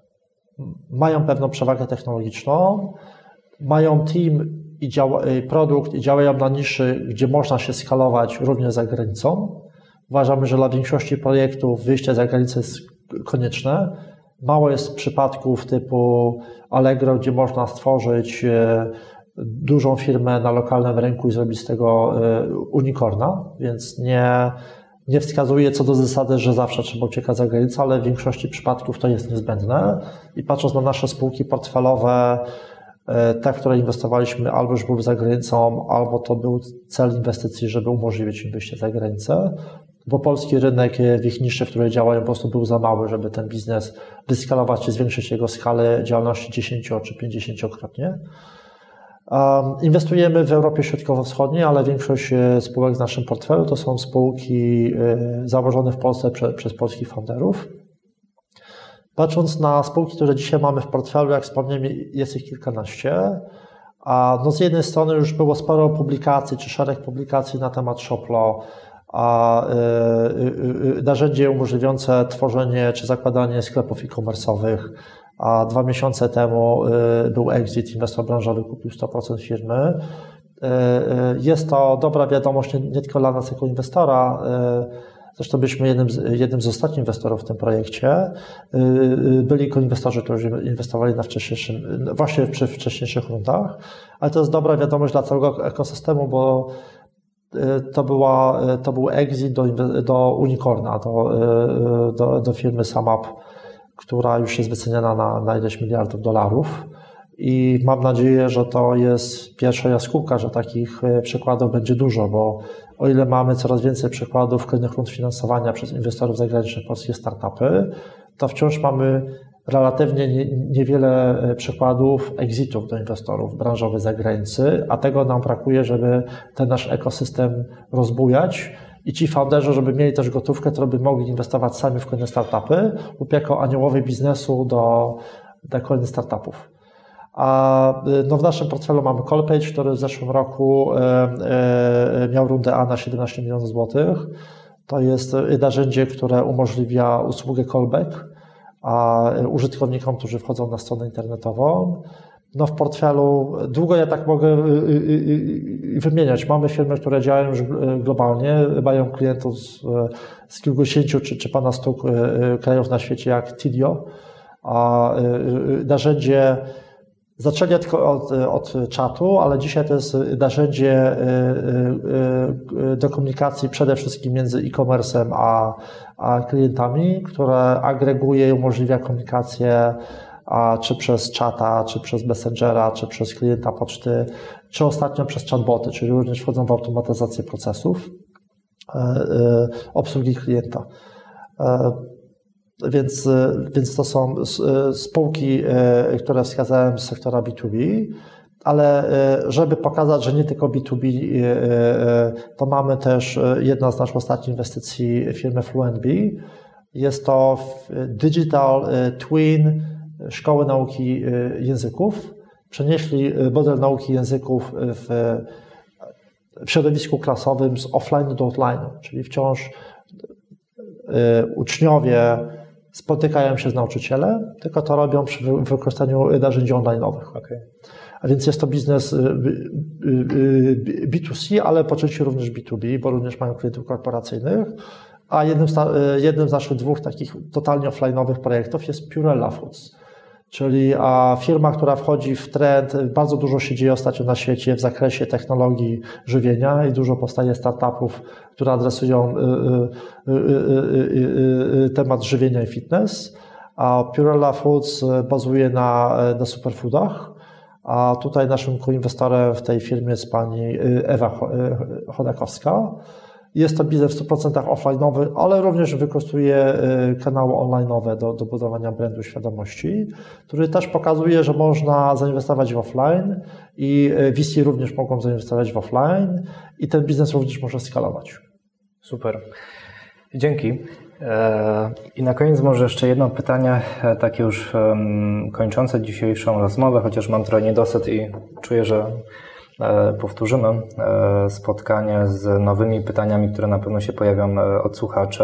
mają pewną przewagę technologiczną, mają team i produkt i działają na niszy, gdzie można się skalować również za granicą. Uważamy, że dla większości projektów wyjście za granicę jest konieczne. Mało jest przypadków typu Allegro, gdzie można stworzyć dużą firmę na lokalnym rynku i zrobić z tego unicorna, więc nie wskazuje co do zasady, że zawsze trzeba uciekać za granicę, ale w większości przypadków to jest niezbędne. I patrząc na nasze spółki portfelowe, te, w które inwestowaliśmy, albo już były za granicą, albo to był cel inwestycji, żeby umożliwić im wyjście za granicę, bo polski rynek w ich niszy, w której działają, po prostu był za mały, żeby ten biznes wyskalować czy zwiększyć jego skalę działalności 10 czy 50-krotnie. Inwestujemy w Europie Środkowo-Wschodniej, ale większość spółek w naszym portfelu to są spółki założone w Polsce przez polskich founderów. Patrząc na spółki, które dzisiaj mamy w portfelu, jak wspomniałem, jest ich kilkanaście, a z jednej strony już było sporo publikacji, czy szereg publikacji na temat Shoplo, a narzędzie umożliwiające tworzenie czy zakładanie sklepów e-commerce'owych, a 2 miesiące temu był exit, inwestor branżowy kupił 100% firmy. Jest to dobra wiadomość nie tylko dla nas jako inwestora, zresztą byliśmy jednym z ostatnich inwestorów w tym projekcie. Byli koinwestorzy, którzy inwestowali właśnie przy wcześniejszych rundach, ale to jest dobra wiadomość dla całego ekosystemu, bo to był exit do unicorna, do firmy SumUp, która już jest wyceniana na ileś miliardów dolarów. I mam nadzieję, że to jest pierwsza jaskółka, że takich przykładów będzie dużo, bo o ile mamy coraz więcej przykładów kolejnych rund finansowania przez inwestorów zagranicznych polskie startupy, to wciąż mamy relatywnie niewiele przykładów exitów do inwestorów branżowych z zagranicy, a tego nam brakuje, żeby ten nasz ekosystem rozbujać i ci founderzy, żeby mieli też gotówkę, to by mogli inwestować sami w kolejne startupy lub jako aniołowie biznesu do kolejnych startupów. A w naszym portfelu mamy Callpage, który w zeszłym roku miał rundę A na 17 milionów złotych. To jest narzędzie, które umożliwia usługę callback użytkownikom, którzy wchodzą na stronę internetową. W portfelu długo ja tak mogę wymieniać. Mamy firmy, które działają już globalnie, mają klientów z kilkudziesięciu czy ponad 100 krajów na świecie, jak Tidio. Narzędzie zaczęli tylko od czatu, ale dzisiaj to jest narzędzie do komunikacji przede wszystkim między e-commerce'em a klientami, które agreguje i umożliwia komunikację czy przez czata, czy przez Messengera, czy przez klienta poczty, czy ostatnio przez chatboty, czyli również wchodzą w automatyzację procesów obsługi klienta. Więc to są spółki, które wskazałem z sektora B2B, ale żeby pokazać, że nie tylko B2B, to mamy też jedna z naszych ostatnich inwestycji firmy FluentB. Jest to Digital Twin Szkoły Nauki Języków. Przenieśli model nauki języków w środowisku klasowym z offline do online, czyli wciąż uczniowie spotykają się z nauczycielem, tylko to robią przy wykorzystaniu narzędzi online'owych. Okay. A więc jest to biznes B2C, ale po części również B2B, bo również mają klientów korporacyjnych. A jednym z naszych dwóch takich totalnie offline'owych projektów jest Purella Foods, Czyli firma, która wchodzi w trend, bardzo dużo się dzieje ostatnio na świecie w zakresie technologii żywienia i dużo powstaje startupów, które adresują temat żywienia i fitness. A Purella Foods bazuje na superfoodach, a tutaj naszym koinwestorem w tej firmie jest pani Ewa Chodakowska. Jest to biznes w 100% offline'owy, ale również wykorzystuje kanały online'owe do budowania brandu świadomości, który też pokazuje, że można zainwestować w offline i VC również mogą zainwestować w offline i ten biznes również może skalować. Super. Dzięki. I na koniec może jeszcze jedno pytanie, takie już kończące dzisiejszą rozmowę, chociaż mam trochę niedosyt i czuję, że powtórzymy spotkanie z nowymi pytaniami, które na pewno się pojawią od słuchaczy.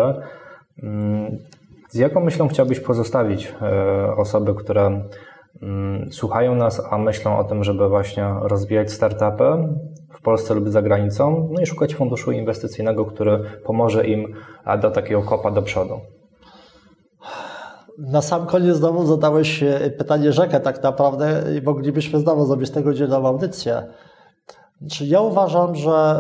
Z jaką myślą chciałbyś pozostawić osoby, które słuchają nas, a myślą o tym, żeby właśnie rozwijać startupy w Polsce lub za granicą, no i szukać funduszu inwestycyjnego, który pomoże im do takiego kopa do przodu? Na sam koniec znowu zadałeś pytanie rzekę tak naprawdę i moglibyśmy znowu zrobić z tego dzielną audycję. Ja uważam, że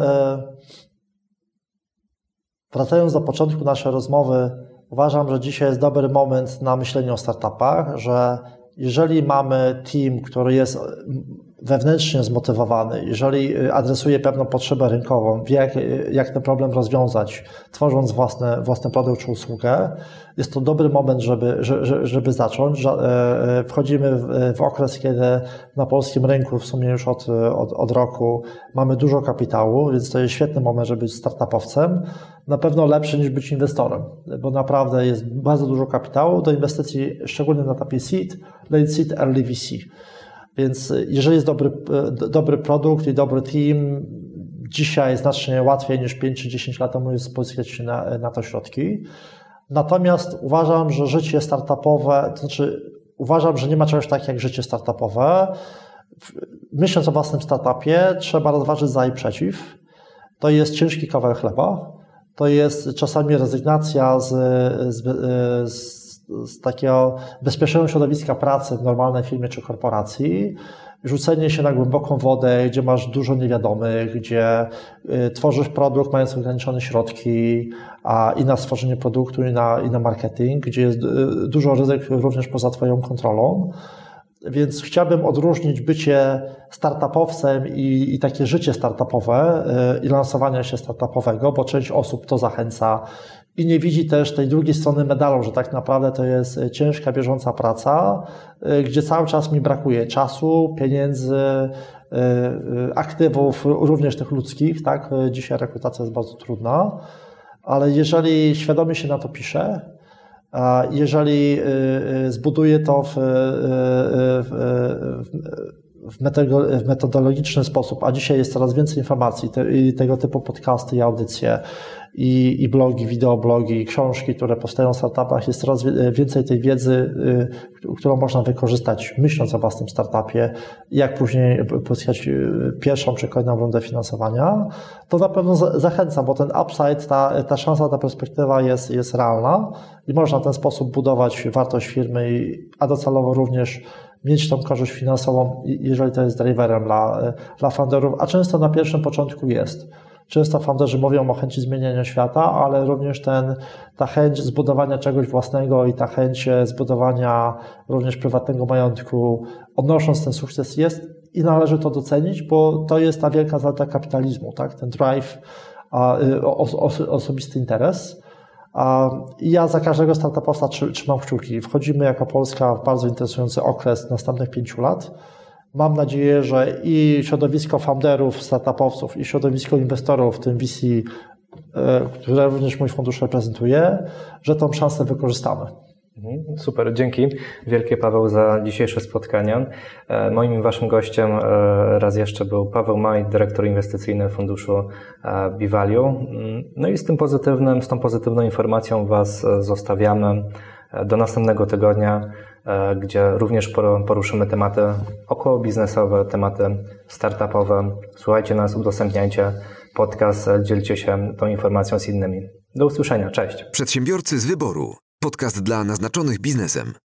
wracając do początku naszej rozmowy, uważam, że dzisiaj jest dobry moment na myślenie o startupach, że jeżeli mamy team, który jest wewnętrznie zmotywowany, jeżeli adresuje pewną potrzebę rynkową, wie jak ten problem rozwiązać, tworząc własny produkt czy usługę, jest to dobry moment, żeby zacząć. Wchodzimy w okres, kiedy na polskim rynku w sumie już od roku mamy dużo kapitału, więc to jest świetny moment, żeby być startupowcem. Na pewno lepszy niż być inwestorem, bo naprawdę jest bardzo dużo kapitału do inwestycji, szczególnie na etapie seed, late seed, early VC. Więc jeżeli jest dobry produkt i dobry team, dzisiaj znacznie łatwiej niż 5 czy 10 lat temu jest pozyskać się na to środki. Natomiast uważam, że życie startupowe, to znaczy uważam, że nie ma czegoś takiego jak życie startupowe. Myśląc o własnym startupie, trzeba rozważyć za i przeciw. To jest ciężki kawałek chleba. To jest czasami rezygnacja z takiego bezpiecznego środowiska pracy w normalnej firmie czy korporacji, rzucenie się na głęboką wodę, gdzie masz dużo niewiadomych, gdzie tworzysz produkt mając ograniczone środki i na stworzenie produktu i na marketing, gdzie jest dużo ryzyk również poza twoją kontrolą. Więc chciałbym odróżnić bycie startupowcem i takie życie startupowe i lansowania się startupowego, bo część osób to zachęca i nie widzi też tej drugiej strony medalu, że tak naprawdę to jest ciężka, bieżąca praca, gdzie cały czas mi brakuje czasu, pieniędzy, aktywów, również tych ludzkich, tak? Dzisiaj rekrutacja jest bardzo trudna, ale jeżeli świadomie się na to pisze, jeżeli zbuduje to w metodologiczny sposób, a dzisiaj jest coraz więcej informacji, tego typu podcasty i audycje, i blogi, wideoblogi, i książki, które powstają w startupach, jest coraz więcej tej wiedzy, którą można wykorzystać myśląc o własnym startupie, jak później pozyskać pierwszą czy kolejną rundę finansowania, to na pewno zachęcam, bo ten upside, ta szansa, ta perspektywa jest realna i można w ten sposób budować wartość firmy, a docelowo również mieć tą korzyść finansową, jeżeli to jest driverem dla founderów, a często na pierwszym początku jest. Często founderzy mówią o chęci zmieniania świata, ale również ta chęć zbudowania czegoś własnego i ta chęć zbudowania również prywatnego majątku, odnosząc ten sukces jest i należy to docenić, bo to jest ta wielka zaleta kapitalizmu, tak? Ten drive, osobisty interes. Ja za każdego startupowca trzymam kciuki. Wchodzimy jako Polska w bardzo interesujący okres następnych 5 lat. Mam nadzieję, że i środowisko founderów, startupowców, i środowisko inwestorów, w tym VC, które również mój fundusz reprezentuje, że tą szansę wykorzystamy. Super, dzięki wielkie, Paweł, za dzisiejsze spotkanie. Moim i waszym gościem raz jeszcze był Paweł Maj, dyrektor inwestycyjny funduszu B-Value. No i z tą pozytywną informacją was zostawiamy do następnego tygodnia, gdzie również poruszymy tematy okołobiznesowe, tematy startupowe. Słuchajcie nas, udostępniajcie podcast, dzielcie się tą informacją z innymi. Do usłyszenia, cześć. Przedsiębiorcy z wyboru. Podcast dla naznaczonych biznesem.